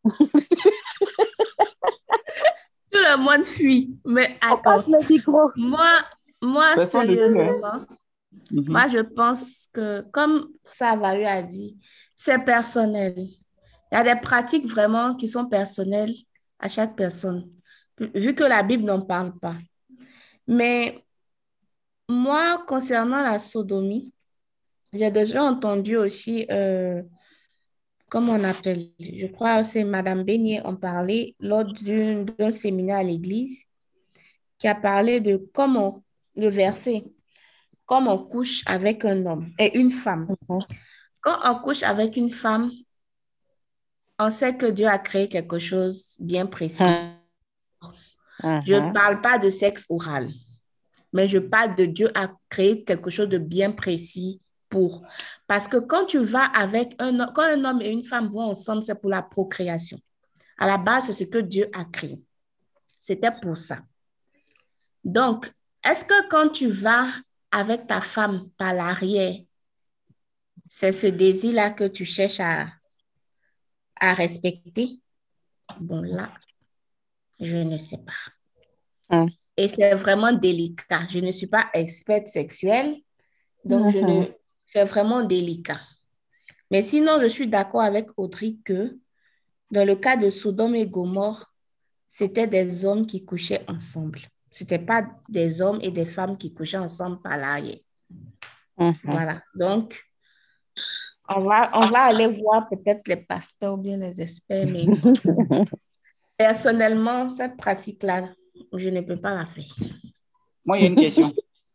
Tout le monde fuit. Mais On attends, passe le micro. moi, moi, Personne ne fuit, hein? sérieusement, Mhm. moi, je pense que, comme Savaru a dit, c'est personnel. Il y a des pratiques vraiment qui sont personnelles à chaque personne. vu que la Bible n'en parle pas. Mais moi, concernant la sodomie, j'ai déjà entendu aussi, euh, comment on appelle, je crois que c'est Madame Beignet en parlait lors d'une- d'un séminaire à l'église, qui a parlé de comment, le verset, comme on couche avec un homme et une femme. Mhm. Quand on couche avec une femme, on sait que Dieu a créé quelque chose bien précis. Je ne Mhm. parle pas de sexe oral, mais je parle de Dieu a créé quelque chose de bien précis pour. Parce que quand tu vas avec un homme, quand un homme et une femme vont ensemble, c'est pour la procréation. À la base, c'est ce que Dieu a créé. C'était pour ça. Donc, est-ce que quand tu vas avec ta femme par l'arrière, c'est ce désir-là que tu cherches à, à respecter? Bon, là, je ne sais pas. Mhm. Et c'est vraiment délicat. Je ne suis pas experte sexuelle, donc je ne... Mhm. C'est vraiment délicat. Mais sinon, je suis d'accord avec Audrey que dans le cas de Sodome et Gomorrhe, c'était des hommes qui couchaient ensemble. Ce n'était pas des hommes et des femmes qui couchaient ensemble par l'arrière. Mhm. Voilà. Donc, on va, on va aller voir peut-être les pasteurs ou bien les experts, mais personnellement, cette pratique-là, je ne peux pas la faire. Moi, il y a une question.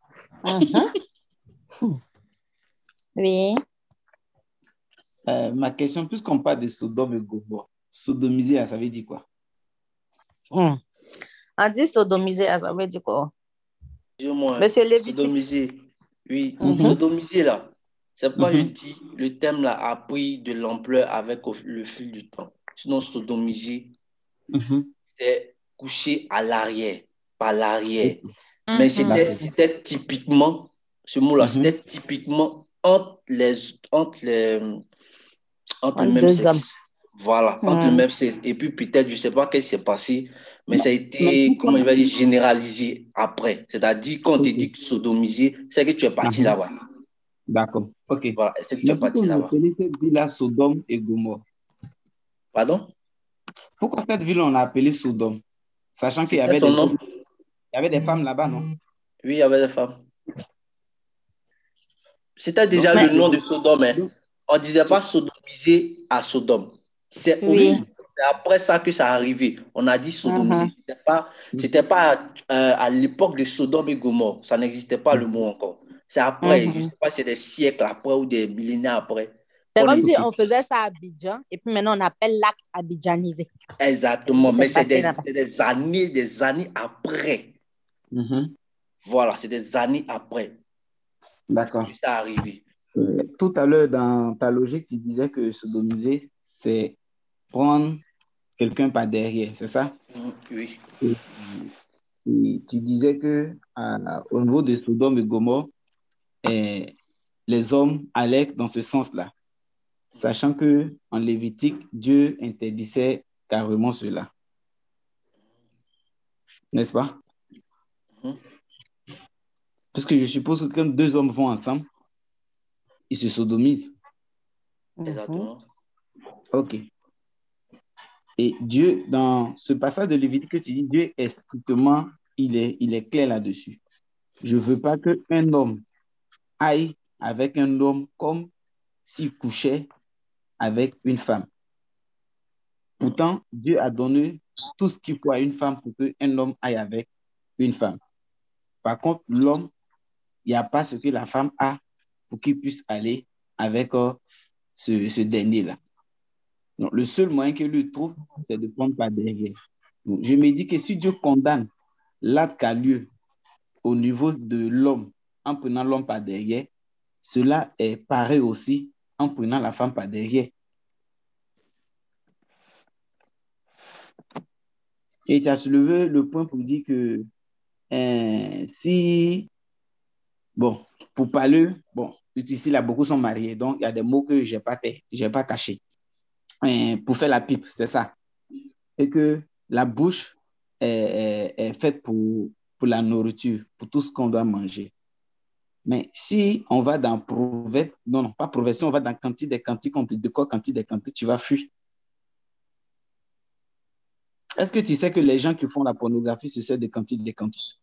Mhm. Oui. Euh, ma question, puisqu'on parle de Sodome et Gomorrhe, sodomiser, ça veut dire quoi? Mhm. On dit sodomiser, ça veut dire quoi? Dis-moi, Monsieur Lévitique. sodomiser. Oui, Mhm. sodomiser là. C'est pourquoi je Mhm. dis le thème là a pris de l'ampleur avec au- le fil du temps. Sinon, sodomiser, Mhm. c'est coucher à l'arrière, par l'arrière. Mais Mhm. c'était D'accord. c'était typiquement, ce mot-là, Mhm. c'était typiquement entre les, entre les, entre le Entre même deux hommes. sexe. Voilà, entre le Mhm. même sexe. Et puis peut-être, je ne sais pas ce qui s'est passé, mais ça a Mais été, pourquoi? comment je vais dire, généralisé après. C'est-à-dire, quand on te Ok. dit que sodomiser, c'est que tu es parti Mhm. là-bas. D'accord. OK. Voilà, c'est que tu Mais es pourquoi parti on là-bas. appelait cette ville-là Sodome et Gomorrhe? Pardon? Pourquoi cette ville, on a appelé Sodome? Sachant qu'il y C'était avait son des hommes, nom? il y avait des femmes là-bas, non? Oui, il y avait des femmes. C'était déjà Donc, le Mais, nom de Sodome. Hein. donc, On ne disait pas sodomiser à Sodome. C'est au- oui. c'est après ça que ça arrivé. On a dit sodomiser. Mhm. Ce n'était pas, c'était pas euh, à l'époque de Sodome et Gomorrhe. Ça n'existait pas le mot encore. C'est après, je ne Mhm. sais pas si c'est des siècles après ou des millénaires après. C'est qu'on comme si est- on faisait ça à Abidjan et puis maintenant on appelle l'acte abidjanisé. C'est ce Exactement, qui mais s'est c'est passé des, là-bas. c'est des années, des années après. mhm. Voilà, c'est des années après D'accord. que ça arrivé. Euh, tout à l'heure, dans ta logique, tu disais que sodomiser, c'est prendre quelqu'un par derrière, c'est ça? Mhm, oui. Et, et tu disais que à- au niveau de Sodome et Gomorrhe, eh, les hommes allaient dans ce sens-là, sachant que en Lévitique, Dieu interdisait carrément cela, n'est-ce pas? Mhm, Parce que je suppose que quand deux hommes vont ensemble, ils se sodomisent. Mhm. exactement. OK. Et Dieu, dans ce passage de Lévitique que tu dis, Dieu est strictement, il est, il est clair là-dessus. Je ne veux pas qu'un homme aille avec un homme comme s'il couchait avec une femme. Pourtant, Dieu a donné tout ce qu'il faut à une femme pour qu'un homme aille avec une femme. Par contre, l'homme, il n'y a pas ce que la femme a pour qu'il puisse aller avec euh, ce, ce dernier-là. Donc, le seul moyen que lui trouve, c'est de prendre par derrière. Donc, je me dis que si Dieu condamne l'acte qui a lieu au niveau de l'homme en prenant l'homme par derrière, cela est pareil aussi en prenant la femme par derrière. Et tu as soulevé le point pour dire que euh, si, bon, pour parler, bon, ici, là, beaucoup sont mariés, donc il y a des mots que je n'ai pas, j'ai pas cachés. Euh, pour faire la pipe, c'est ça. Et que la bouche est, est, est faite pour, pour la nourriture, pour tout ce qu'on doit manger. Mais si on va dans Proverbe, non, non, pas Proverbe, si on va dans Cantique des Cantiques, on te dit quoi, Cantique des Cantiques, tu vas fuir. Est-ce que tu sais que les gens qui font la pornographie se servent des cantites, des cantites?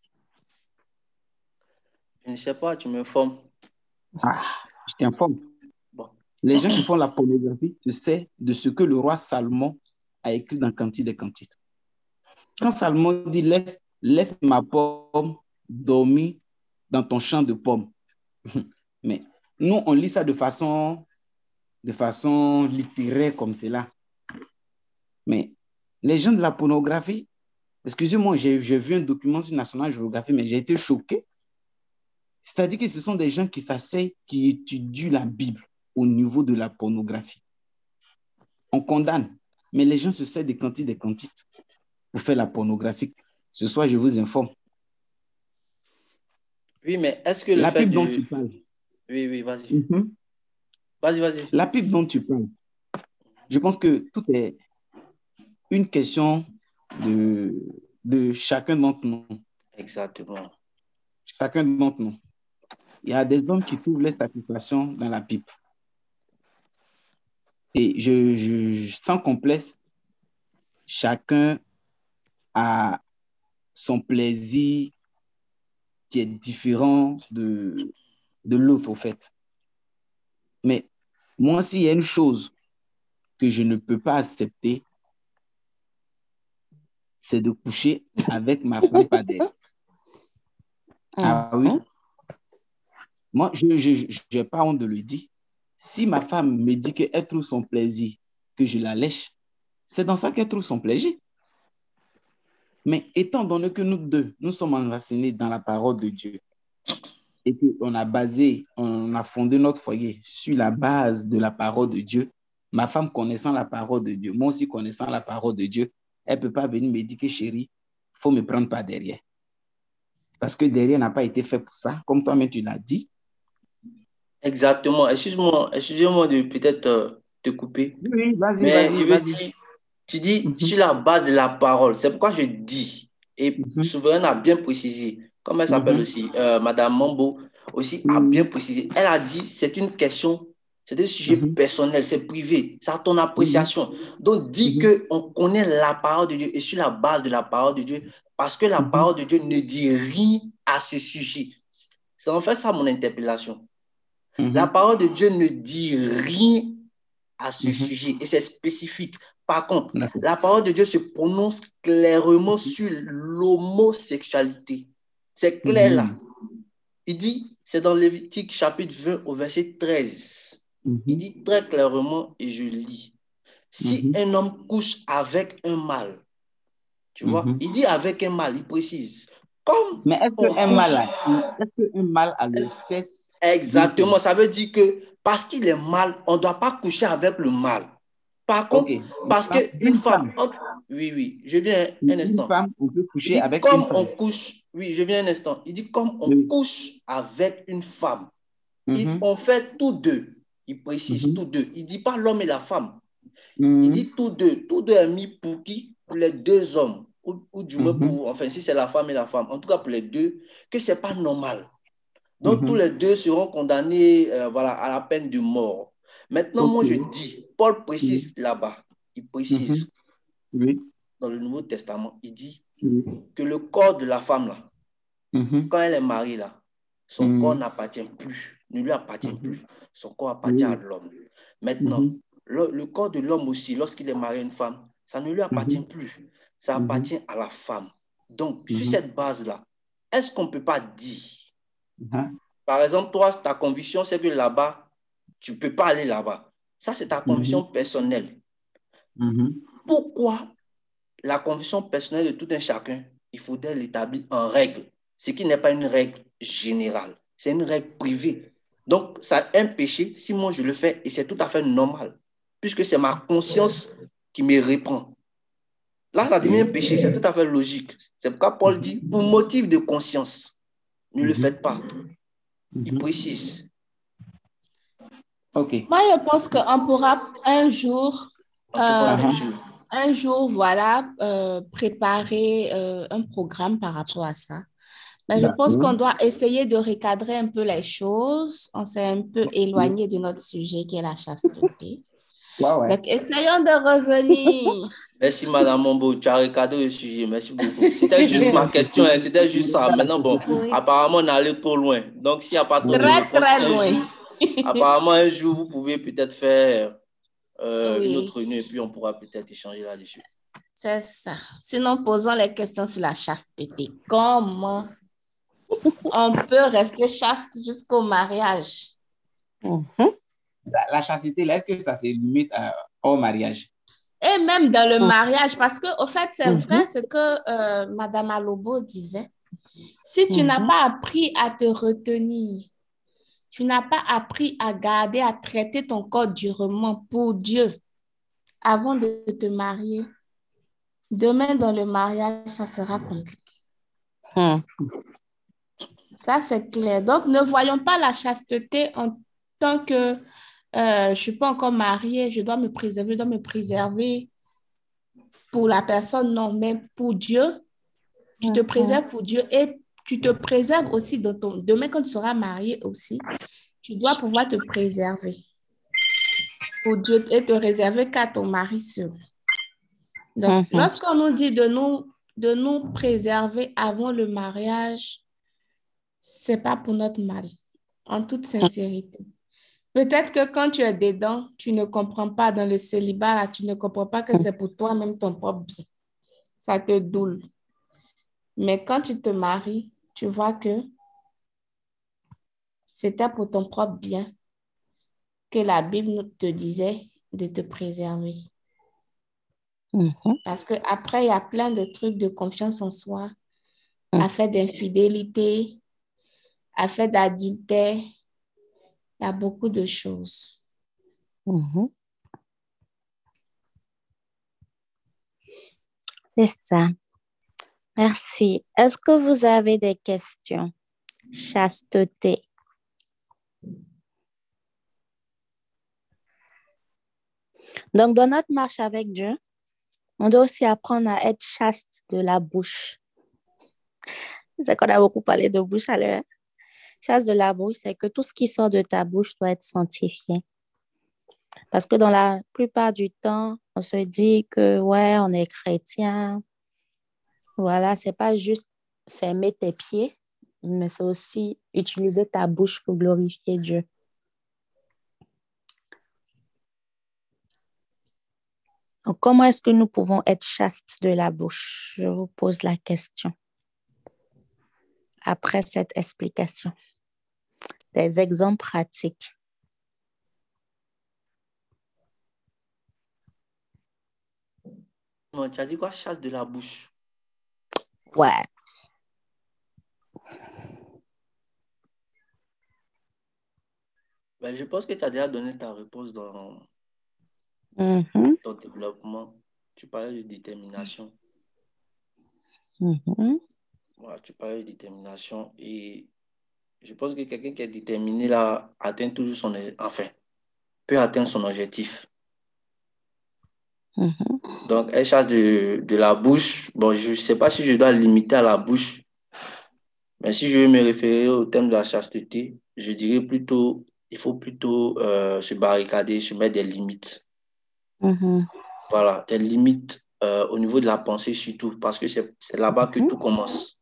Je ne sais pas, tu m'informes. Ah, je t'informe. Bon. Les gens qui font la pornographie se servent de ce que le roi Salomon a écrit dans Cantique des Cantiques. Quand Salomon dit laisse, laisse ma pomme dormir dans ton champ de pommes. Mais nous, on lit ça de façon, de façon littéraire comme cela. Mais les gens de la pornographie, excusez-moi, j'ai vu un document sur National Geographic, mais j'ai été choqué. C'est-à-dire que ce sont des gens qui s'asseyent, qui étudient la Bible au niveau de la pornographie. On condamne, mais les gens se servent des cantites, des cantites pour faire la pornographie. Ce soir, je vous informe. Oui, mais est-ce que le la fait pipe de... dont tu parles. Oui, oui, vas-y. Mm-hmm. Vas-y, vas-y. La pipe dont tu parles. Je pense que tout est une question de, de chacun d'entre nous. Exactement. Chacun d'entre nous. Il y a des hommes qui trouvent leur satisfaction dans la pipe. Et je, je, je sans complexe, chacun a son plaisir qui est différent de, de l'autre, au fait. Mais moi, s'il y a une chose que je ne peux pas accepter, c'est de coucher avec ma femme par derrière. Ah oui. Moi, je n'ai pas honte de le dire. Si ma femme me dit qu'elle trouve son plaisir, que je la lèche, c'est dans ça qu'elle trouve son plaisir. Mais étant donné que nous deux, nous sommes enracinés dans la parole de Dieu et qu'on a basé, on a fondé notre foyer sur la base de la parole de Dieu, ma femme connaissant la parole de Dieu, moi aussi connaissant la parole de Dieu, elle ne peut pas venir me dire que chérie, il faut me prendre par derrière. Parce que derrière n'a pas été fait pour ça, comme toi-même tu l'as dit. Exactement. Excuse-moi, excusez-moi de peut-être euh, te couper. Oui, vas-y, mais vas-y, je veux vas-y. dire, tu dis Mm-hmm. sur la base de la parole. C'est pourquoi je dis, et Mm-hmm. Souveraine a bien précisé, comme elle s'appelle mm-hmm. aussi, euh, Madame Mambo aussi mm-hmm. a bien précisé. Elle a dit, c'est une question, c'est un sujet mm-hmm. personnel, c'est privé, c'est à ton appréciation. Mm-hmm. Donc, dis mm-hmm. qu'on connaît la parole de Dieu et sur la base de la parole de Dieu, parce que la mm-hmm. parole de Dieu ne dit rien à ce sujet. C'est en fait ça mon interpellation. Mm-hmm. La parole de Dieu ne dit rien à ce mm-hmm. sujet et c'est spécifique. Par contre, la parole de Dieu se prononce clairement mm-hmm. sur l'homosexualité. C'est clair mm-hmm. là. Il dit, c'est dans Lévitique chapitre vingt au verset treize. Mm-hmm. Il dit très clairement, et je lis, si mm-hmm. un homme couche avec un mâle, tu mm-hmm. vois, il dit avec un mâle, il précise. Comme Mais est-ce qu'un couche... mâle, est-ce qu'un mâle a le sexe? Exactement, ça veut dire que parce qu'il est mâle, on ne doit pas coucher avec le mâle. Par contre, okay. parce qu'une femme, femme. Oui, oui, je viens un une instant. Une femme, on peut coucher dit, avec comme une femme. on couche, oui, je viens un instant. Il dit comme on oui. couche avec une femme, mm-hmm. il, on fait tous deux. Il précise mm-hmm. tous deux. Il ne dit pas l'homme et la femme. Mm-hmm. Il dit tous deux. Tous deux est mis pour qui? Pour les deux hommes. Ou, ou du moins mm-hmm. pour, enfin, si c'est la femme et la femme. En tout cas, pour les deux, que ce n'est pas normal. Donc, mm-hmm. tous les deux seront condamnés euh, voilà, à la peine de mort. Maintenant, okay. moi, je dis, Paul précise mm-hmm. là-bas, il précise, mm-hmm. oui. dans le Nouveau Testament, il dit mm-hmm. que le corps de la femme, là, mm-hmm. quand elle est mariée, là, son mm-hmm. corps n'appartient plus, ne lui appartient mm-hmm. plus. Son corps appartient mm-hmm. à l'homme. Maintenant, mm-hmm. le, le corps de l'homme aussi, lorsqu'il est marié à une femme, ça ne lui appartient mm-hmm. plus. Ça appartient mm-hmm. à la femme. Donc, mm-hmm. sur cette base-là, est-ce qu'on ne peut pas dire, mm-hmm. par exemple, toi, ta conviction, c'est que là-bas, tu ne peux pas aller là-bas. Ça, c'est ta conviction mm-hmm. personnelle. Mm-hmm. Pourquoi la conviction personnelle de tout un chacun, il faudrait l'établir en règle, ce qui n'est pas une règle générale, c'est une règle privée. Donc, ça un péché, si moi je le fais, et c'est tout à fait normal, puisque c'est ma conscience qui me reprend. Là, ça devient un péché, c'est tout à fait logique. C'est pourquoi Paul dit, pour motif de conscience, ne le faites pas. Il précise. Ok. Moi, je pense qu'on pourra un jour, euh, un jour, un jour, voilà, euh, préparer euh, un programme par rapport à ça. Mais je pense qu'on doit essayer de recadrer un peu les choses. On s'est un peu éloigné de notre sujet qui est la chasteté. Ouais, ouais. Donc, essayons de revenir. Merci, Madame Mombo. Tu as regardé le sujet. Merci beaucoup. C'était juste ma question. Hein. C'était juste ça. Maintenant, bon, Oui. apparemment, on est allé trop loin. Donc, s'il n'y a pas trop de Très, réponses, très un loin. jour, apparemment, un jour, vous pouvez peut-être faire euh, une Oui, autre réunion et puis on pourra peut-être échanger là-dessus. c'est ça. Sinon, posons les questions sur la chasteté. Comment on peut rester chaste jusqu'au mariage? Mhm. La, la chasteté, là, est-ce que ça se limite à- au mariage? Et même dans le Mhm. mariage, parce que, au fait, c'est Mhm. vrai ce que euh, Madame Alobo disait. Si tu n'as Mhm. pas appris à te retenir, tu n'as pas appris à garder, à traiter ton corps durement pour Dieu avant de te marier, demain dans le mariage, ça sera compliqué. Mhm. Ça, c'est clair. Donc, ne voyons pas la chasteté en tant que euh, je ne suis pas encore mariée, je dois me préserver, je dois me préserver pour la personne, non, mais pour Dieu, tu te Mhm. préserves pour Dieu et tu te préserves aussi dans ton... Demain, quand tu seras marié aussi, tu dois pouvoir te préserver pour Dieu et te réserver qu'à ton mari seul. Donc, Mhm. lorsqu'on nous dit de nous, de nous préserver avant le mariage, ce n'est pas pour notre mal, en toute sincérité. Peut-être que quand tu es dedans, tu ne comprends pas dans le célibat, là, tu ne comprends pas que c'est pour toi-même ton propre bien. Ça te doule. Mais quand tu te maries, tu vois que c'était pour ton propre bien que la Bible nous te disait de te préserver. Mhm. Parce qu'après, il y a plein de trucs de confiance en soi, Mhm. affaire d'infidélité, affaire d'adultère. Il y a beaucoup de choses. Mhm. C'est ça. Merci. Est-ce que vous avez des questions? Chasteté. Donc, dans notre marche avec Dieu, on doit aussi apprendre à être chaste de la bouche. C'est qu'on a beaucoup parlé de bouche à l'heure. Chaste de la bouche, c'est que tout ce qui sort de ta bouche doit être sanctifié. Parce que dans la plupart du temps, on se dit que, ouais, on est chrétien. Voilà, c'est pas juste fermer tes pieds, mais c'est aussi utiliser ta bouche pour glorifier Dieu. Donc, comment est-ce que nous pouvons être chastes de la bouche? Je vous pose la question. Après cette explication, des exemples pratiques. Non, tu as dit quoi? Chasse de la bouche. Ouais. Ben, je pense que tu as déjà donné ta réponse dans Mhm. ton développement. Tu parlais de détermination. Mhm. Voilà, tu parlais de détermination et je pense que quelqu'un qui est déterminé là atteint toujours son, enfin, peut atteindre son objectif. Mhm. Donc, elle chasse de, de la bouche. Bon, je ne sais pas si je dois limiter à la bouche, mais si je veux me référer au thème de la chasteté, je dirais plutôt, il faut plutôt euh, se barricader, se mettre des limites. Mhm. Voilà, des limites euh, au niveau de la pensée surtout, parce que c'est c'est là-bas que Mhm. tout commence.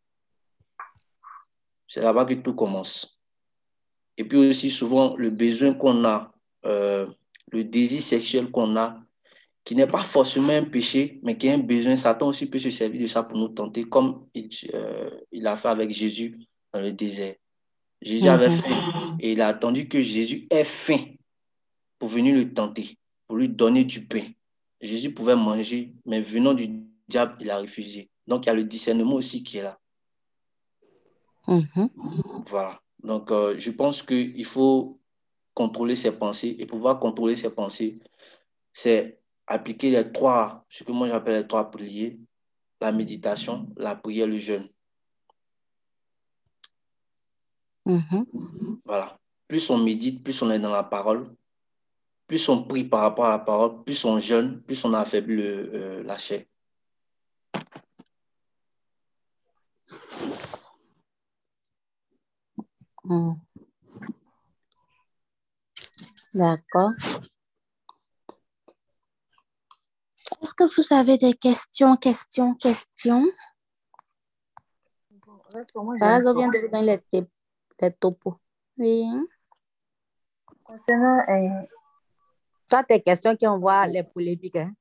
C'est là-bas que tout commence. Et puis aussi, souvent, le besoin qu'on a, euh, le désir sexuel qu'on a, qui n'est pas forcément un péché, mais qui est un besoin, Satan aussi peut se servir de ça pour nous tenter, comme il, euh, il a fait avec Jésus dans le désert. Jésus avait Mhm. faim et il a attendu que Jésus ait faim pour venir le tenter, pour lui donner du pain. Jésus pouvait manger, mais venant du diable, il a refusé. Donc, il y a le discernement aussi qui est là. Mhm. Voilà. Donc, euh, je pense qu'il faut contrôler ses pensées. Et pouvoir contrôler ses pensées, c'est appliquer les trois, ce que moi j'appelle les trois piliers, la méditation, la prière, le jeûne. Mhm. Voilà. Plus on médite, plus on est dans la parole, plus on prie par rapport à la parole, plus on jeûne, plus on affaiblit le, euh, la chair. Mhm. D'accord. que vous avez des questions, questions, questions? Bon, là, pour moi, j'ai Par une exemple, vient de question. vous donner les, les topos. Oui. Concernant, euh, Toi, tes questions qui envoient les polémiques. Hein?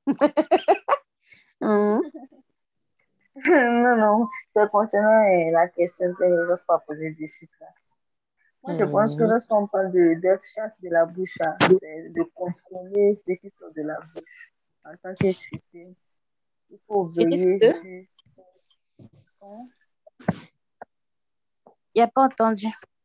Hum. non, non, c'est concernant euh, la question que je n'ose pas poser de suite là. Moi, je pense que Hum. lorsqu'on parle de, de chasse de la bouche, là, c'est de contrôler ce qui sort de la bouche. En tant que chrétien, il faut Tu dis veiller que? sur... Hein? Il n'y a pas entendu.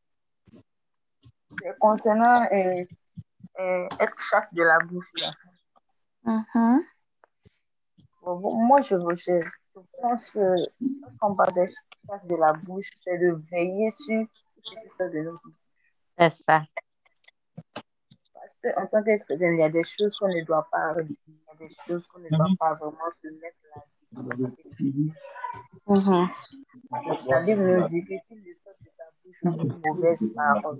C'est concernant euh, euh, être chasse de la bouche là. Mhm. Bon, bon, moi, je, je, je pense que lorsqu'on parle de chasse de la bouche, c'est de veiller sur ce qui sort de notre bouche. C'est ça. Parce qu'en tant que chrétien, il y a des choses qu'on ne doit pas dire, il y a des choses qu'on ne doit pas vraiment se mettre là. Mhm. La Bible nous dit que qu'il ne sort de ta bouche aucune mauvaise parole.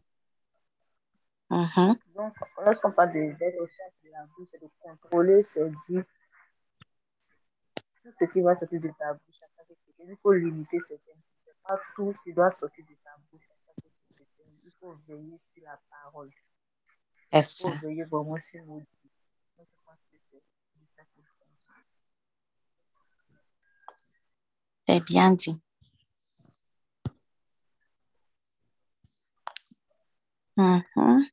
Mhm. Donc, lorsqu'on parle de d'être au chasse de la bouche, c'est de contrôler, c'est dire tout ce qui va sortir de ta bouche. En tant que chrétien, il faut limiter certaines choses. C'est pas tout qui doit sortir de ta bouche en tant que chrétien. Il faut veiller sur la parole. C'est Il faut ça. veiller vraiment sur nos dits. Donc, je pense que c'est ça pour ça. C'est bien dit. Mhm.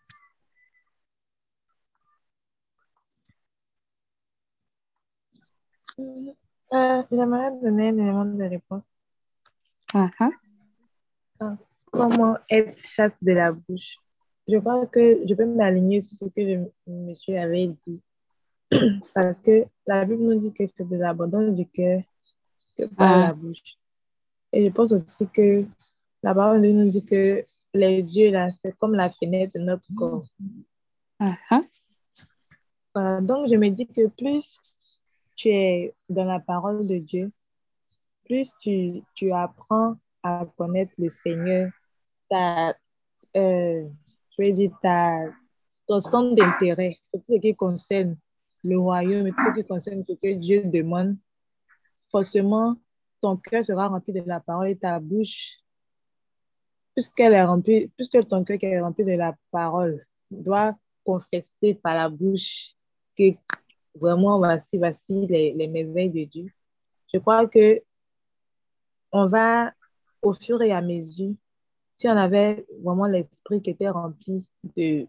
Euh, j'aimerais donner un élément de réponse. Mhm. Ah, comment être chasse de la bouche? Je crois que je peux m'aligner sur ce que le monsieur avait dit. Parce que la Bible nous dit que c'est de l'abondance du cœur que parle Mhm. la bouche. Et je pense aussi que la parole de Dieu nous dit que les yeux, là, c'est comme la fenêtre de notre corps. Mhm. Voilà. Donc, je me dis que plus tu es dans la parole de Dieu, plus tu, tu apprends à connaître le Seigneur, ta, euh, je vais dire, ta, ton centre d'intérêt, tout ce qui concerne le royaume et tout ce qui concerne ce que Dieu demande, forcément, ton cœur sera rempli de la parole et ta bouche, puisqu'elle est remplie, puisque ton cœur est rempli de la parole, doit confesser par la bouche que vraiment, voici, voici les, les merveilles de Dieu. Je crois que on va, au fur et à mesure, si on avait vraiment l'esprit qui était rempli de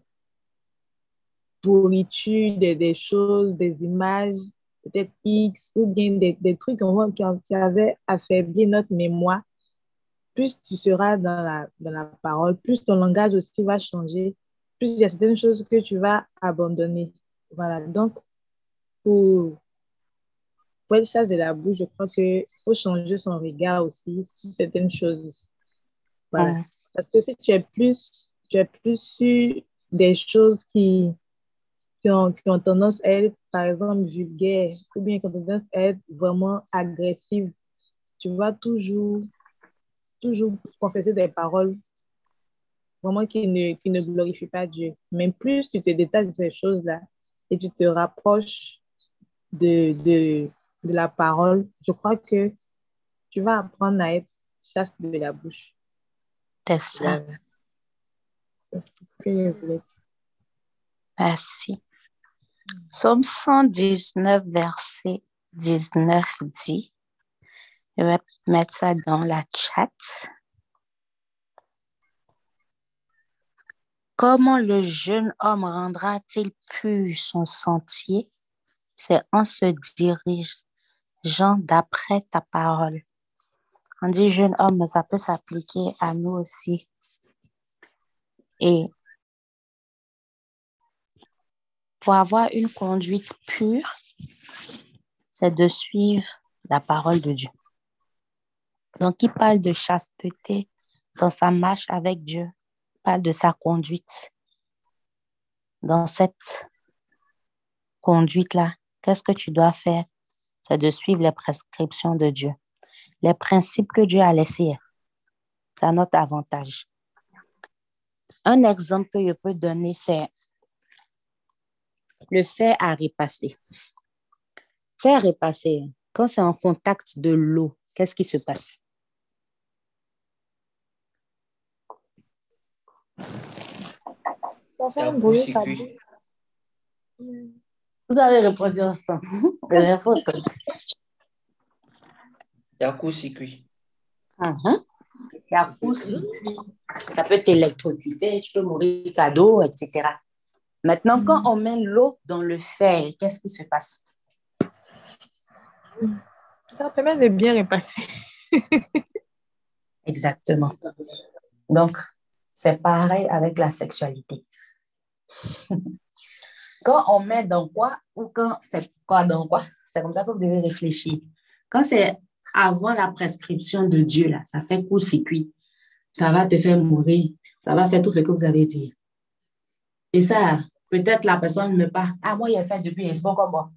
pourriture, des, des choses, des images, peut-être X, ou bien des, des trucs qui, qui avaient affaibli notre mémoire, plus tu seras dans la, dans la parole, plus ton langage aussi va changer, plus il y a certaines choses que tu vas abandonner. Voilà, donc pour, pour être chasse de la bouche, je crois qu'il faut changer son regard aussi sur certaines choses. Voilà. Mhm. Parce que si tu es plus, tu es plus sur des choses qui, qui, ont, qui ont tendance à être, par exemple, vulgaires, ou bien qui ont tendance à être vraiment agressives, tu vas toujours, toujours confesser des paroles vraiment qui ne, qui ne glorifient pas Dieu. Mais plus tu te détaches de ces choses-là et tu te rapproches de, de, de la parole, je crois que tu vas apprendre à être chaste de la bouche. C'est ça. Voilà. C'est ce que je voulais dire. Merci. Psaume cent dix-neuf, verset dix-neuf dit, je vais mettre ça dans la chat. Comment le jeune homme rendra-t-il pur son sentier? C'est en se dirigeant d'après ta parole. On dit jeune homme, mais ça peut s'appliquer à nous aussi. Et pour avoir une conduite pure, c'est de suivre la parole de Dieu. Donc, il parle de chasteté dans sa marche avec Dieu, il parle de sa conduite. Dans cette conduite-là, qu'est-ce que tu dois faire? C'est de suivre les prescriptions de Dieu. Les principes que Dieu a laissés, c'est à notre avantage. Un exemple que je peux donner, c'est le fait à repasser. Faire repasser. Quand c'est en contact de l'eau, qu'est-ce qui se passe? Ça fait Il y a un bruit, ça court-circuit. bouge. Vous avez répondu ensemble. L'info, comme- Il y a court-circuit. Mhm. Il y a court-circuit. Ça peut t'électrocuter, tu peux mourir cadeau, et cetera. Maintenant, quand on met l'eau dans le fer, qu'est-ce qui se passe? Ça permet de bien repasser. Exactement. Donc, c'est pareil avec la sexualité. Quand on met dans quoi ou quand c'est quoi dans quoi, c'est comme ça que vous devez réfléchir. Quand c'est avant la prescription de Dieu, là, ça fait court-circuit. Ça va te faire mourir. Ça va faire tout ce que vous avez dit. Et ça, peut-être la personne ne pas. Ah, moi, il a fait depuis, c'est pas comme moi.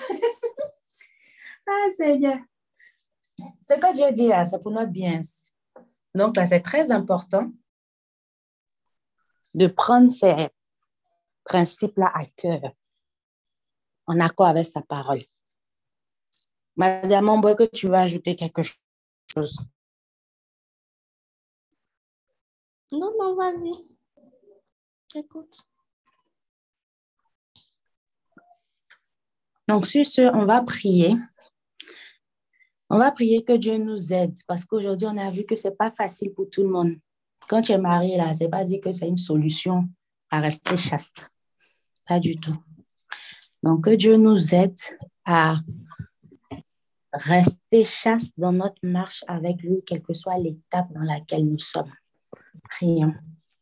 Ah, Seigneur. Ce que Dieu dit là, c'est pour notre bien. Donc là, c'est très important de prendre ces principes-là à cœur, en accord avec sa parole. Madame Amboy, que tu vas ajouter quelque chose? Non, non, vas-y. Écoute. Donc, sur ce, on va prier. On va prier que Dieu nous aide parce qu'aujourd'hui, on a vu que ce n'est pas facile pour tout le monde. Quand tu es marié, là, ce n'est pas dit que c'est une solution à rester chaste. Pas du tout. Donc, que Dieu nous aide à rester chaste dans notre marche avec lui, quelle que soit l'étape dans laquelle nous sommes. Prions.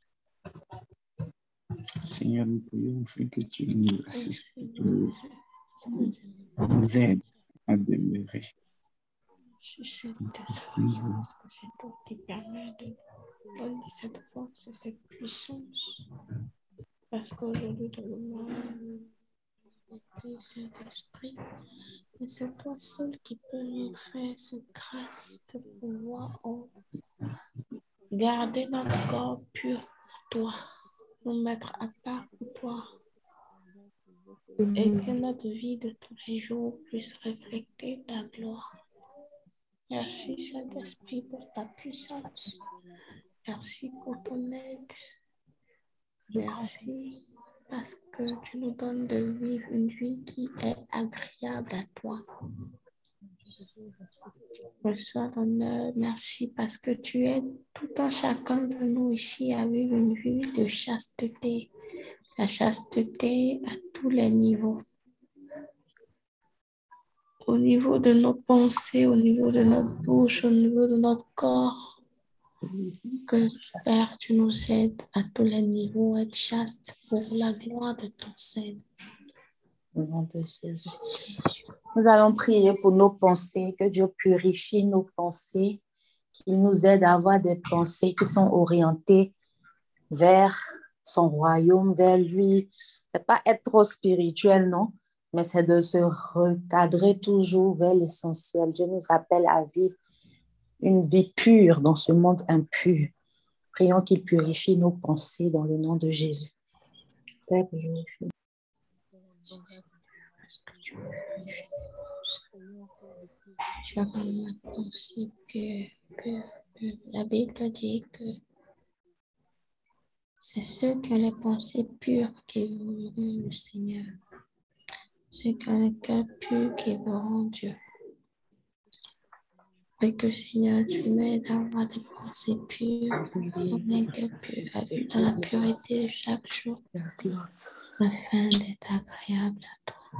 Seigneur, nous prions afin que tu nous assistes, que tu nous, nous aides à demeurer. Je suis désolée parce que c'est toi qui permet de donner cette force et cette puissance. Parce qu'aujourd'hui, dans le monde, Saint-Esprit, mais c'est toi seul qui peux nous faire cette grâce de pouvoir oh, garder notre corps pur pour toi, nous mettre à part pour toi, et que notre vie de tous les jours puisse refléter ta gloire. Merci Saint-Esprit pour ta puissance. Merci pour ton aide. Merci parce que tu nous donnes de vivre une vie qui est agréable à toi. Reçois l'honneur. Merci parce que tu aides tout un chacun de nous ici à vivre une vie de chasteté. La chasteté à tous les niveaux. Au niveau de nos pensées, au niveau de notre bouche, au niveau de notre corps. Que Père, tu nous aides à tous les niveaux à être chaste pour la gloire de ton Seigneur. Au nom de Jésus. Nous allons prier pour nos pensées, que Dieu purifie nos pensées, qu'il nous aide à avoir des pensées qui sont orientées vers son royaume, vers lui. Ce n'est pas être trop spirituel, non, mais c'est de se recadrer toujours vers l'essentiel. Dieu nous appelle à vivre une vie pure dans ce monde impur. Prions qu'il purifie nos pensées dans le nom de Jésus. Père, purifie. Tu as vraiment pensé que, que, que la Bible dit que c'est ceux qui ont les pensées pures qui verront le Seigneur. Ceux qui ont le cœur pur qui verront Dieu. Et que Seigneur, tu m'aides à avoir des pensées pures, un cœur pur, à vivre dans la pureté de chaque jour, afin d'être agréable à toi.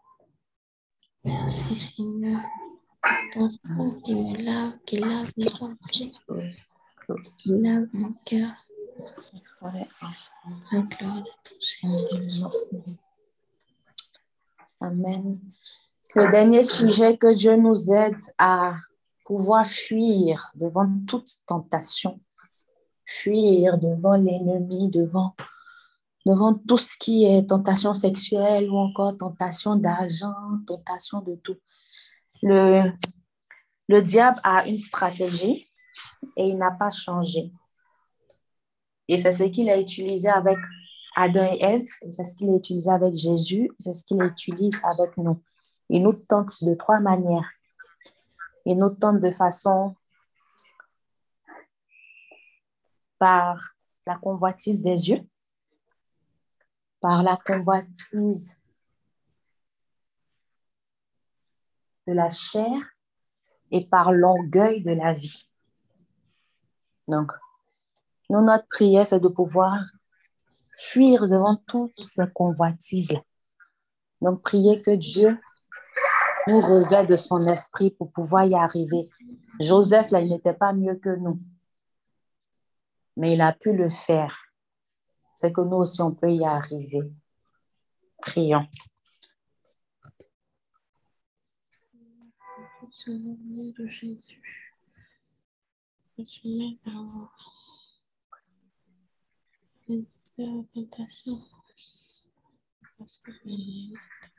Merci Seigneur. Ton sang qui me lave, qui lave mes pensées, qui lave mon cœur. La gloire de ton Seigneur. Amen. Le dernier sujet, que Dieu nous aide à pouvoir fuir devant toute tentation, fuir devant l'ennemi, devant, devant tout ce qui est tentation sexuelle ou encore tentation d'argent, tentation de tout. Le, le diable a une stratégie et il n'a pas changé. Et c'est ce qu'il a utilisé avec Adam et Ève, et c'est ce qu'il a utilisé avec Jésus, c'est ce qu'il utilise avec nous. Il nous tente de trois manières. Il nous tente de façon par la convoitise des yeux, par la convoitise de la chair et par l'orgueil de la vie. Donc, nous, notre prière, c'est de pouvoir fuir devant toutes ces convoitises-là. Donc, prier que Dieu nous revêt de son esprit pour pouvoir y arriver. Joseph, là, il n'était pas mieux que nous, mais il a pu le faire. C'est que nous aussi, on peut y arriver. Prions. Au nom de Jésus, que tu m'aides à avoir une tentation. Parce que je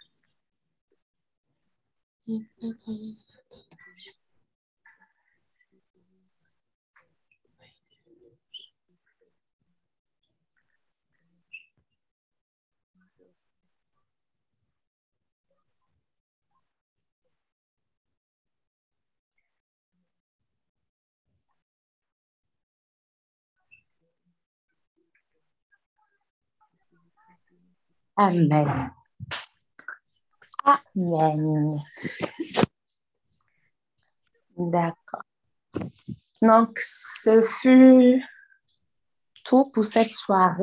Amen. Amen. D'accord. Donc, ce fut tout pour cette soirée.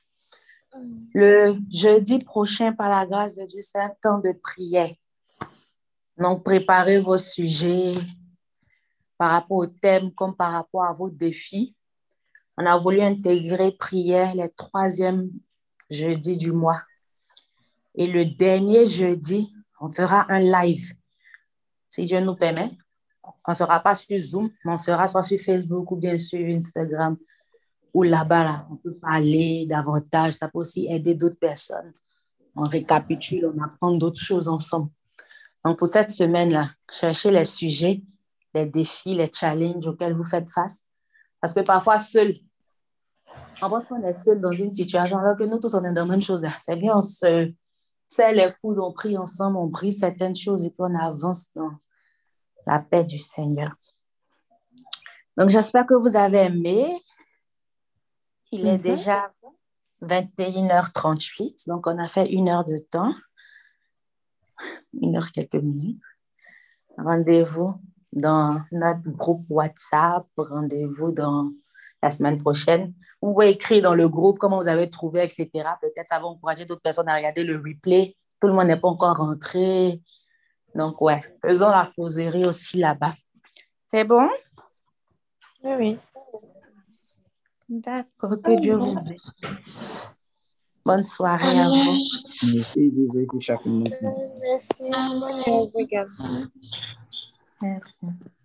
Le jeudi prochain, par la grâce de Dieu, c'est un temps de prière. Donc, préparez vos sujets par rapport au thème comme par rapport à vos défis. On a voulu intégrer prière les troisièmes jeudis du mois. Et le dernier jeudi, on fera un live, si Dieu nous permet. On ne sera pas sur Zoom, mais on sera soit sur Facebook ou bien sur Instagram, ou là-bas, là, on peut parler davantage. Ça peut aussi aider d'autres personnes. On récapitule, on apprend d'autres choses ensemble. Donc, pour cette semaine-là, cherchez les sujets, les défis, les challenges auxquels vous faites face. Parce que parfois, seul, on pense qu'on est seul dans une situation, alors que nous tous, on est dans la même chose. C'est bien, on se serre les coudes, on prie ensemble, on brise certaines choses et puis on avance dans la paix du Seigneur. Donc, j'espère que vous avez aimé. Il est mm-hmm. déjà vingt et une heures trente-huit, donc on a fait une heure de temps, une heure quelques minutes. Rendez-vous dans notre groupe WhatsApp, rendez-vous dans la semaine prochaine. Vous pouvez écrire dans le groupe comment vous avez trouvé, et cetera. Peut-être ça va encourager d'autres personnes à regarder le replay. Tout le monde n'est pas encore rentré. Donc, ouais, faisons la causerie aussi là-bas. C'est bon? Oui, oui. D'accord, que Dieu vous bénisse. Bonne soirée à vous. Merci, Dieu veille que chacun de nous. Merci. Merci. Merci.